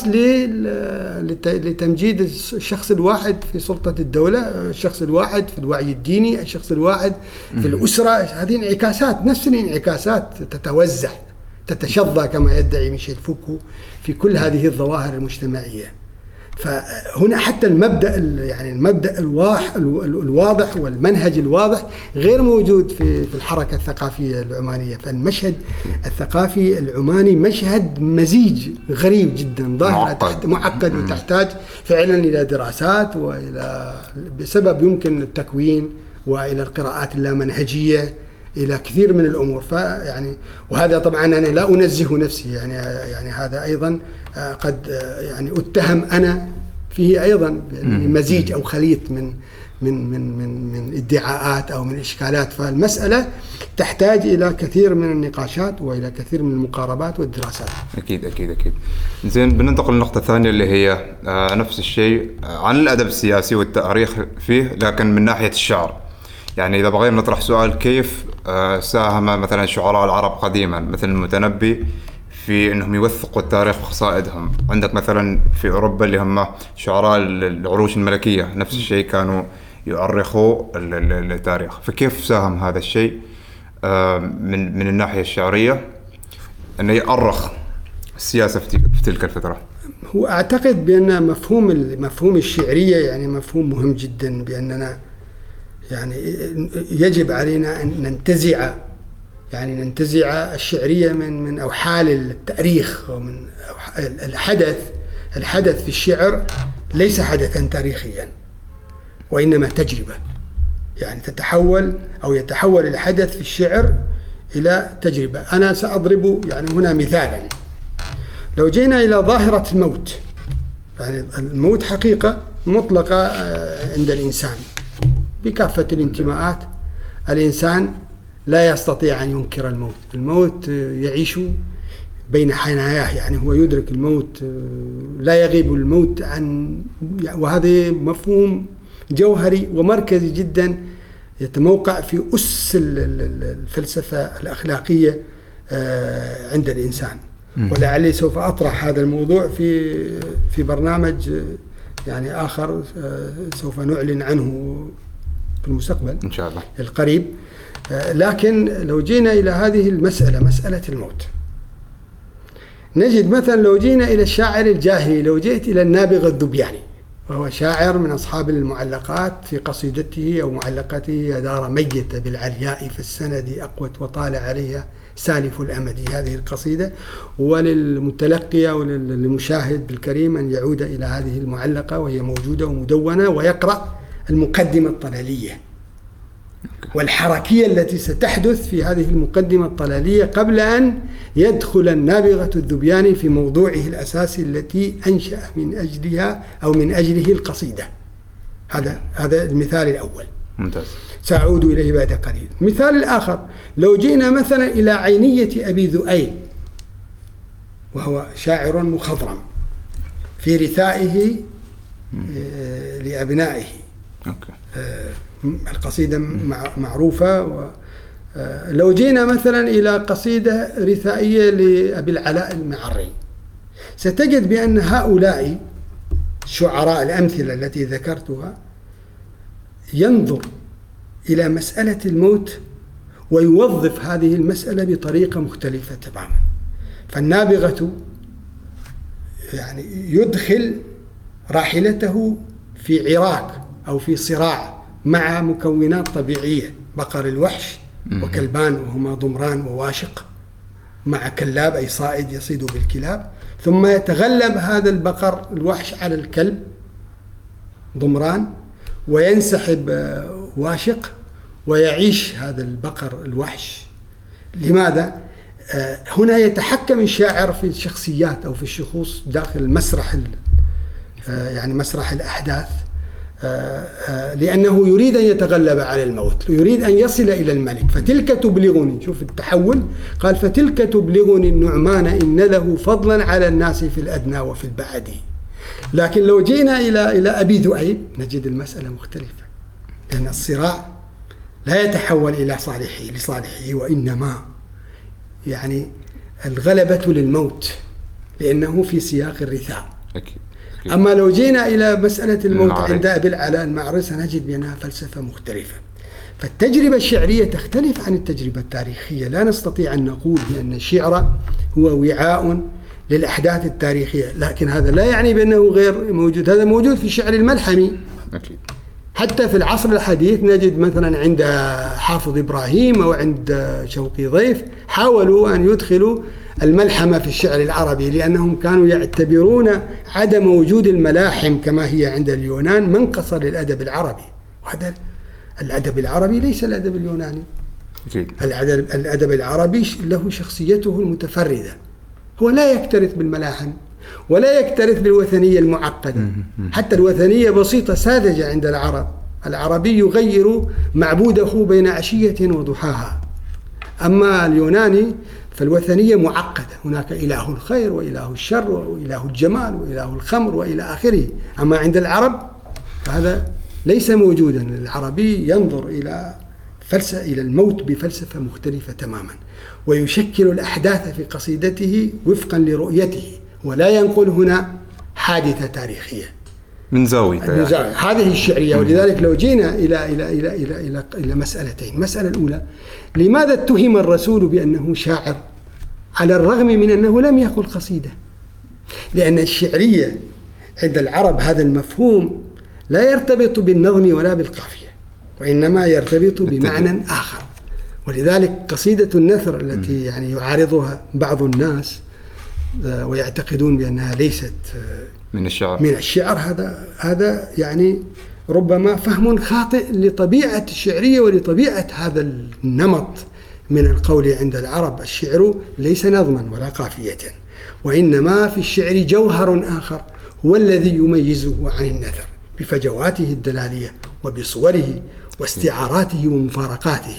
لتمجيد الشخص الواحد في سلطة الدولة، الشخص الواحد في الوعي الديني، الشخص الواحد في الأسرة. هذه انعكاسات، نفس الانعكاسات تتوزع تتشظى كما يدعي ميشيل فوكو في كل هذه الظواهر المجتمعية. فهنا حتى المبدأ يعني المبدأ الواضح والمنهج الواضح غير موجود في في الحركة الثقافية العمانية. فالمشهد الثقافي العماني مشهد مزيج غريب جدا، ظاهرة معقد وتحتاج فعلا إلى دراسات وإلى بسبب يمكن التكوين وإلى القراءات اللامنهجية إلى كثير من الأمور. فيعني وهذا طبعا أنا لا أنزه نفسي، يعني يعني هذا أيضا قد يعني أتهم أنا فيه أيضا مزيج أو خليط من من من من من ادعاءات أو من إشكالات. فالمسألة تحتاج إلى كثير من النقاشات وإلى كثير من المقاربات والدراسات. أكيد أكيد أكيد. زين، بننتقل للنقطة الثانية اللي هي نفس الشيء عن الأدب السياسي والتاريخ فيه، لكن من ناحية الشعر. يعني إذا بغينا نطرح سؤال، كيف ساهم مثلا شعراء العرب قديما مثل المتنبي في أنهم يوثقوا التاريخ وخصائدهم؟ عندك مثلا في أوروبا اللي هم شعراء العروش الملكية، نفس الشيء كانوا يؤرخوا التاريخ. فكيف ساهم هذا الشيء من من الناحية الشعرية أنه يؤرخ السياسة في تلك الفترة؟ هو أعتقد بأن مفهوم مفهوم الشعرية يعني مفهوم مهم جدا، بأننا يعني يجب علينا أن ننتزع يعني ننتزع الشعرية من من أوحال التاريخ ومن الحدث. الحدث في الشعر ليس حدثا تاريخيا وإنما تجربة، يعني تتحول أو يتحول الحدث في الشعر إلى تجربة. أنا سأضرب يعني هنا مثالا. لو جينا إلى ظاهرة الموت، يعني الموت حقيقة مطلقة عند الإنسان بكافة الانتماءات. الإنسان لا يستطيع أن ينكر الموت. الموت يعيش بين حناياه، يعني هو يدرك الموت، لا يغيب الموت عن، وهذا مفهوم جوهري ومركزي جدا يتموقع في أس الفلسفة الأخلاقية عند الإنسان. ولعلي سوف أطرح هذا الموضوع في في برنامج يعني آخر سوف نعلن عنه في المستقبل إن شاء الله القريب. لكن لو جينا إلى هذه المسألة، مسألة الموت، نجد مثلا لو جينا إلى الشاعر الجاهلي، لو جئت إلى النابغة الذبياني، وهو شاعر من أصحاب المعلقات، في قصيدته أو معلقته يا دار ميتة بالعلياء في السند أقوت وطال عليها سالف الأمد، هذه القصيدة. وللمتلقي وللمشاهد الكريم أن يعود إلى هذه المعلقة وهي موجودة ومدونة، ويقرأ المقدمة الطلالية والحركية التي ستحدث في هذه المقدمة الطلالية قبل أن يدخل النابغة الذبياني في موضوعه الأساسي التي أنشأ من أجلها أو من أجله القصيدة. هذا هذا المثال الأول. ممتاز. سأعود إليه بعد قليل. المثال الآخر، لو جئنا مثلا إلى عينية أبي ذؤيب، وهو شاعر مخضرم في رثائه لأبنائه. أوكي. القصيدة معروفة. لو جينا مثلا إلى قصيدة رثائية لأبي العلاء المعري، ستجد بأن هؤلاء الشعراء الأمثلة التي ذكرتها ينظر إلى مسألة الموت ويوظف هذه المسألة بطريقة مختلفة تماما. فالنابغة يعني يدخل راحلته في عراك أو في صراع مع مكونات طبيعية، بقر الوحش وكلبان وهما ضمران وواشق، مع كلاب أي صائد يصيد بالكلاب، ثم يتغلب هذا البقر الوحش على الكلب ضمران وينسحب واشق ويعيش هذا البقر الوحش. لماذا؟ هنا يتحكم الشاعر في الشخصيات أو في الشخوص داخل المسرح، يعني مسرح الأحداث، لأنه يريد أن يتغلب على الموت، يريد أن يصل إلى الملك. فتلك تبلغني، شوف التحول، قال فتلك تبلغني النعمان إن له فضلا على الناس في الأدنى وفي البعد. لكن لو جينا إلى إلى أبي ذؤيب نجد المسألة مختلفة، لأن الصراع لا يتحول إلى صالحه لصالحه، وإنما يعني الغلبة للموت. لأنه في سياق الرثاء. أكيد. أكيد. أما لو جينا إلى مسألة الموت المعري. عند أبي العلاء المعري سنجد بأنها فلسفة مختلفة. فالتجربة الشعرية تختلف عن التجربة التاريخية. لا نستطيع أن نقول بأن الشعر هو وعاء للأحداث التاريخية، لكن هذا لا يعني بأنه غير موجود. هذا موجود في الشعر الملحمي. أكيد. حتى في العصر الحديث نجد مثلا عند حافظ إبراهيم أو عند شوقي ضيف حاولوا أن يدخلوا الملحمة في الشعر العربي، لأنهم كانوا يعتبرون عدم وجود الملاحم كما هي عند اليونان منقصة للأدب العربي. وهذا الأدب العربي ليس الأدب اليوناني. أكيد. الأدب, الأدب العربي له شخصيته المتفردة، هو لا يكترث بالملاحم ولا يكترث بالوثنية المعقدة. حتى الوثنية بسيطة ساذجة عند العرب. العربي يغير معبوده بين عشية وضحاها. أما اليوناني فالوثنية معقدة، هناك إله الخير وإله الشر وإله الجمال وإله الخمر وإلى آخره. أما عند العرب فهذا ليس موجودا. العربي ينظر إلى فلسفة إلى الموت بفلسفة مختلفة تماما، ويشكل الأحداث في قصيدته وفقا لرؤيته، ولا ينقل هنا حادثة تاريخية من زاوية هذه الشعرية. ولذلك لو جينا إلى إلى إلى إلى إلى إلى مسألتين. المسألة الأولى، لماذا اتهم الرسول بأنه شاعر على الرغم من أنه لم يقل قصيدة؟ لأن الشعرية عند العرب هذا المفهوم لا يرتبط بالنظم ولا بالقافية، وإنما يرتبط بمعنى آخر. ولذلك قصيدة النثر التي يعني يعارضها بعض الناس ويعتقدون بأنها ليست من الشعر من الشعر، هذا هذا يعني ربما فهم خاطئ لطبيعة الشعرية ولطبيعة هذا النمط من القول عند العرب. الشعر ليس نظما ولا قافية، وإنما في الشعر جوهر آخر هو الذي يميزه عن النثر بفجواته الدلالية وبصوره واستعاراته ومفارقاته.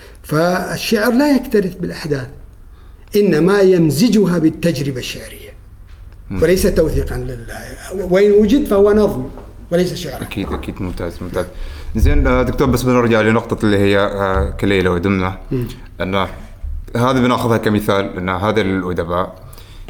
فالشعر لا يكترث بالأحداث، إنما يمزجها بالتجربة الشعرية وليس توثيقا لله. وإن وجد فهو نظم وليس شعر. أكيد أكيد. ممتاز ممتاز. زين دكتور، بس بنرجع لنقطة اللي هي كليلة ودمنة، أن هذا بناخذها كمثال أن هذا الأدباء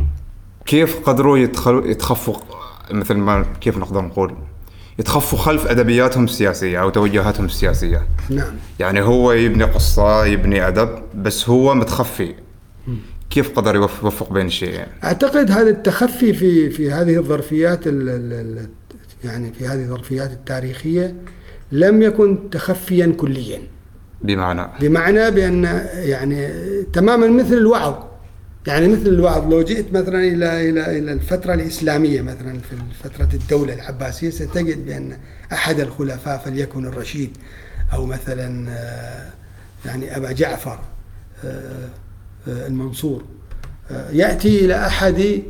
كيف قدروا يدخلوا يتخفوا مثل ما كيف نقدر نقول يتخفوا خلف أدبياتهم السياسية أو توجهاتهم السياسية. نعم. يعني هو يبني قصة يبني أدب بس هو متخفي. كيف قدر يوفق بين الشيئين؟ أعتقد هذا التخفي في في هذه الظرفيات يعني في هذه الظرفيات التاريخية لم يكن تخفيا كليا. بمعنى بمعنى بأن يعني تماما مثل الوعظ. يعني مثل الوعظ لو جئت مثلا إلى إلى إلى الفترة الإسلامية، مثلا في فترة الدولة العباسية، ستجد بأن أحد الخلفاء فليكن الرشيد أو مثلا يعني أبا جعفر المنصور يأتي إلى أحد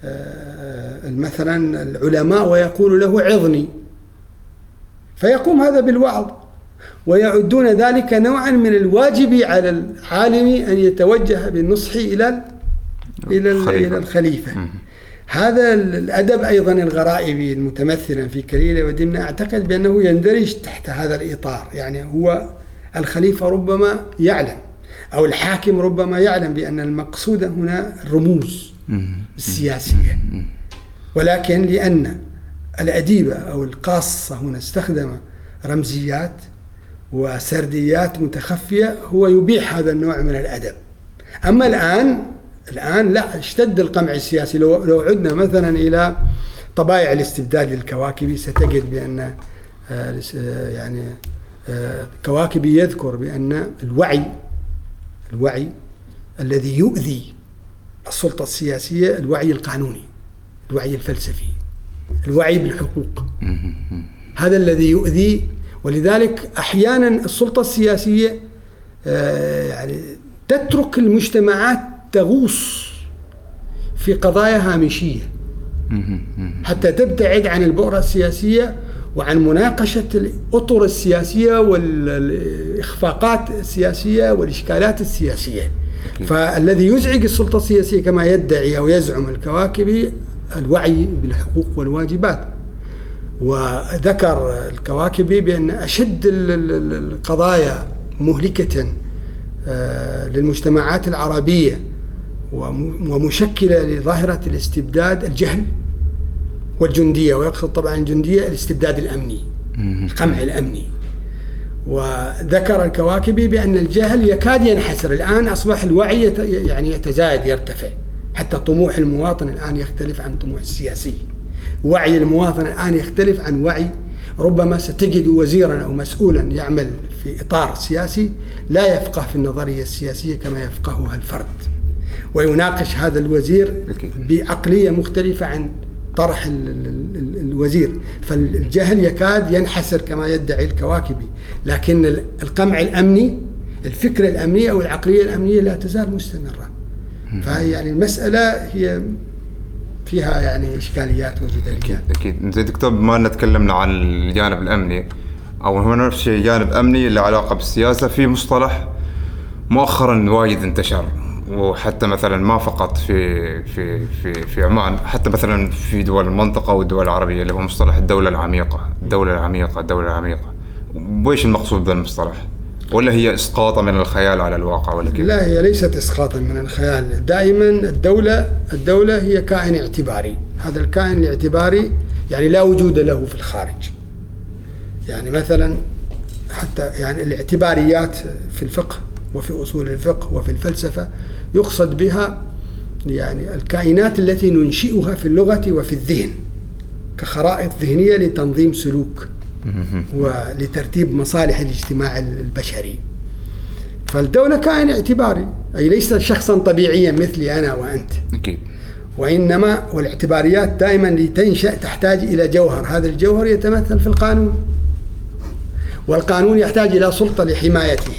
مثلا العلماء ويقول له عظني، فيقوم هذا بالوعظ، ويعدون ذلك نوعا من الواجب على العالم أن يتوجه بالنصح إلى إلى إلى الخليفة. هذا الأدب أيضا الغرائبي المتمثلا في كليلة ودمنة أعتقد بأنه يندرج تحت هذا الإطار. يعني هو الخليفة ربما يعلم أو الحاكم ربما يعلم بأن المقصود هنا الرموز السياسية، ولكن لأن الأديب أو القاصة هنا استخدم رمزيات وسرديات متخفية هو يبيح هذا النوع من الأدب. أما الآن الآن لا، اشتد القمع السياسي. لو لو عدنا مثلا إلى طبائع الاستبداد للكواكبي ستجد بأن يعني كواكبي يذكر بأن الوعي الوعي الذي يؤذي السلطة السياسية الوعي القانوني، الوعي الفلسفي، الوعي بالحقوق، هذا الذي يؤذي. ولذلك أحيانا السلطة السياسية يعني تترك المجتمعات تغوص في قضايا هامشية حتى تبتعد عن البؤرة السياسية وعن مناقشة الأطر السياسية والإخفاقات السياسية والإشكالات السياسية. فالذي يزعج السلطة السياسية كما يدعي أو يزعم الكواكبي الوعي بالحقوق والواجبات. وذكر الكواكبي بأن أشد القضايا مهلكة للمجتمعات العربية ومشكلة لظاهرة الاستبداد الجهل والجندية، ويقصد طبعا الجندية الاستبداد الأمني، القمع الأمني. وذكر الكواكبي بأن الجهل يكاد ينحسر الآن، أصبح الوعي يعني يتزايد يرتفع، حتى طموح المواطن الآن يختلف عن طموح السياسي. وعي المواطن الآن يختلف عن وعي، ربما ستجد وزيرا أو مسؤولا يعمل في إطار سياسي لا يفقه في النظرية السياسية كما يفقهها الفرد، ويناقش هذا الوزير بعقلية مختلفة عن طرح ال ال الوزير. فالجهل يكاد ينحسر كما يدعي الكواكبي، لكن القمع الأمني، الفكرة الأمنية أو العقلية الأمنية لا تزال مستمرة. فهي يعني المسألة هي فيها يعني إشكاليات وجدليات. أكيد أكيد. زي دكتور ما نتكلمنا عن الجانب الأمني أو هو نفس الشيء جانب أمني له علاقة بالسياسة، في مصطلح مؤخرا وايد انتشر، وحتى مثلا ما فقط في في في في عمان، حتى مثلا في دول المنطقة والدول العربية، اللي هو مصطلح الدولة العميقة. الدولة العميقة الدولة العميقة وإيش المقصود بالمصطلح؟ ولا هي إسقاطا من الخيال على الواقع ولا كيف؟ لا، هي ليست إسقاطا من الخيال. دائما الدولة الدولة هي كائن اعتباري. هذا الكائن الاعتباري يعني لا وجود له في الخارج. يعني مثلا حتى يعني الاعتباريات في الفقه وفي أصول الفقه وفي الفلسفة يقصد بها يعني الكائنات التي ننشئها في اللغة وفي الذهن كخرائط ذهنية لتنظيم سلوك ولترتيب مصالح الاجتماع البشري. فالدولة كائن اعتباري، أي ليست شخصا طبيعيا مثلي أنا وأنت. أكيد. وإنما والاعتباريات دائما لتنشأ تحتاج إلى جوهر، هذا الجوهر يتمثل في القانون، والقانون يحتاج إلى سلطة لحمايته.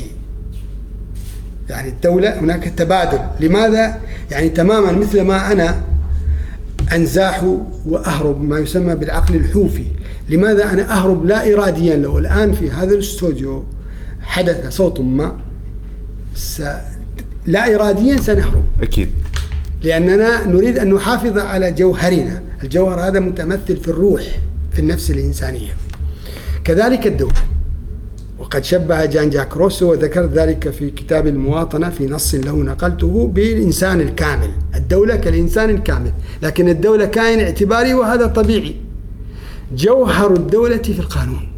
يعني الدولة هناك تبادل. لماذا؟ يعني تماما مثل ما أنا أنزاح وأهرب، ما يسمى بالعقل الحوفي. لماذا أنا أهرب لا إراديا؟ لو الآن في هذا الاستوديو حدث صوت ما س... لا إراديا سنهرب. أكيد. لأننا نريد أن نحافظ على جوهرنا. الجوهر هذا متمثل في الروح، في النفس الإنسانية. كذلك الدولة، وقد شبه جان جاك روسو وذكر ذلك في كتاب المواطنة في نص له نقلته بالإنسان الكامل. الدولة كالإنسان الكامل، لكن الدولة كائن اعتباري وهذا طبيعي. جوهر الدولة في القانون،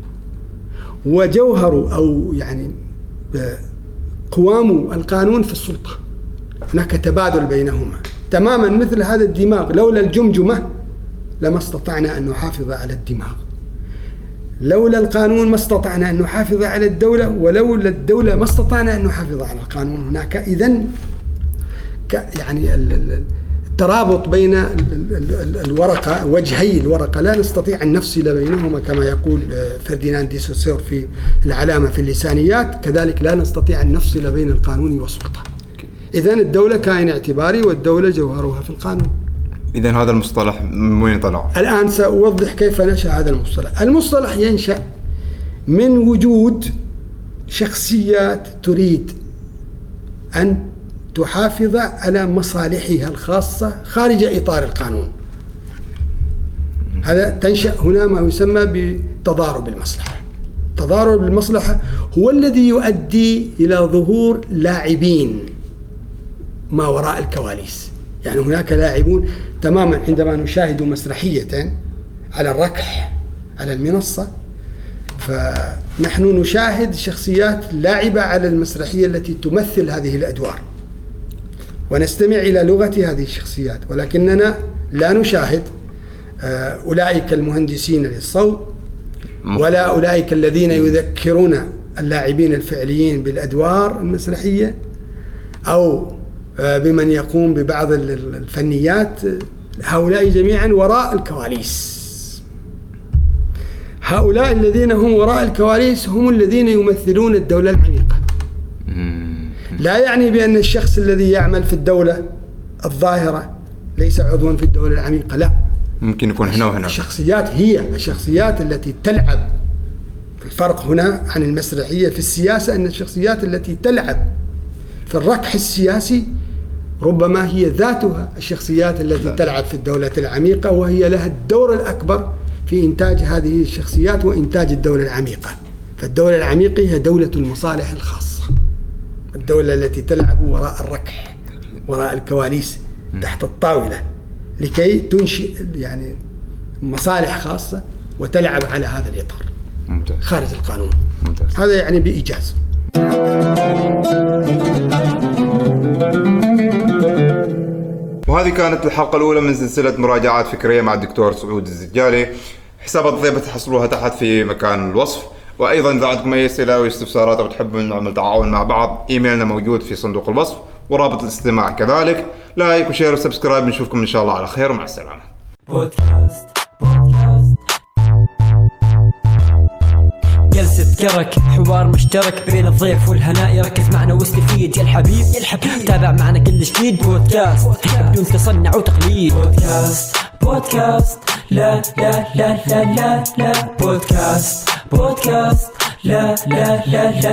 وجوهر أو يعني قوام القانون في السلطة. هناك تبادل بينهما تماما مثل هذا الدماغ. لولا الجمجمة لما استطعنا أن نحافظ على الدماغ، لولا القانون ما استطعنا أن نحافظ على الدولة، ولولا الدولة ما استطعنا أن نحافظ على القانون. هناك إذن يعني الترابط بين الورقة، وجهي الورقة، لا نستطيع أن نفصل بينهما كما يقول فرديناند دي سوسير في العلامة في اللسانيات. كذلك لا نستطيع أن نفصل بين القانون والسلطة. إذن الدولة كائن اعتباري، والدولة جوهرها في القانون. إذن هذا المصطلح من وين طلع؟ الآن سأوضح كيف نشأ هذا المصطلح. المصطلح ينشأ من وجود شخصيات تريد أن تحافظ على مصالحها الخاصة خارج إطار القانون. هذا تنشأ هنا ما يسمى بتضارب المصلحة. تضارب المصلحة هو الذي يؤدي إلى ظهور لاعبين ما وراء الكواليس. يعني هناك لاعبون تماما. عندما نشاهد مسرحية على الركح على المنصة، فنحن نشاهد شخصيات لاعبة على المسرحية التي تمثل هذه الأدوار، ونستمع إلى لغة هذه الشخصيات، ولكننا لا نشاهد أولئك المهندسين للصوت، ولا أولئك الذين يذكرون اللاعبين الفعليين بالأدوار المسرحية، أو بمن يقوم ببعض الفنيات. هؤلاء جميعا وراء الكواليس. هؤلاء الذين هم وراء الكواليس هم الذين يمثلون الدولة العميقة. لا يعني بأن الشخص الذي يعمل في الدولة الظاهرة ليس عضوا في الدولة العميقة، لا، ممكن يكون هنا وهنا. الشخصيات هي الشخصيات التي تلعب. الفرق هنا عن المسرحية في السياسة أن الشخصيات التي تلعب في الركح السياسي ربما هي ذاتها الشخصيات التي لا. تلعب في الدولة العميقة، وهي لها الدور الأكبر في إنتاج هذه الشخصيات وإنتاج الدولة العميقة. فالدولة العميقة هي دولة المصالح الخاصة، الدولة التي تلعب وراء الركح وراء الكواليس تحت الطاولة لكي تنشئ يعني مصالح خاصة وتلعب على هذا الإطار ممتاز. خارج القانون. ممتاز. هذا يعني بإيجاز. وهذه كانت الحلقة الأولى من سلسلة مراجعات فكرية مع الدكتور سعود الزجالي. حسابات الضيفة تحصلوها تحت في مكان الوصف. وأيضا إذا عندكم أي أسئلة أو استفسارات أو تحبون نعمل تعاون مع بعض، إيميلنا موجود في صندوق الوصف ورابط الاستماع كذلك. لايك وشير وسبسكرايب. نشوفكم إن شاء الله على خير ومع السلامة. بودكاست بودكاست جلسة كرك، حوار مشترك بين الضيف والهناء. ركز معنا واستفيد يا الحبيب يا الحبيب. تابع معنا كل جديد. بودكاست بدون تصنع وتقليد. بودكاست بودكاست لا لا لا لا لا لا. بودكاست بودكاست لا لا لا لا.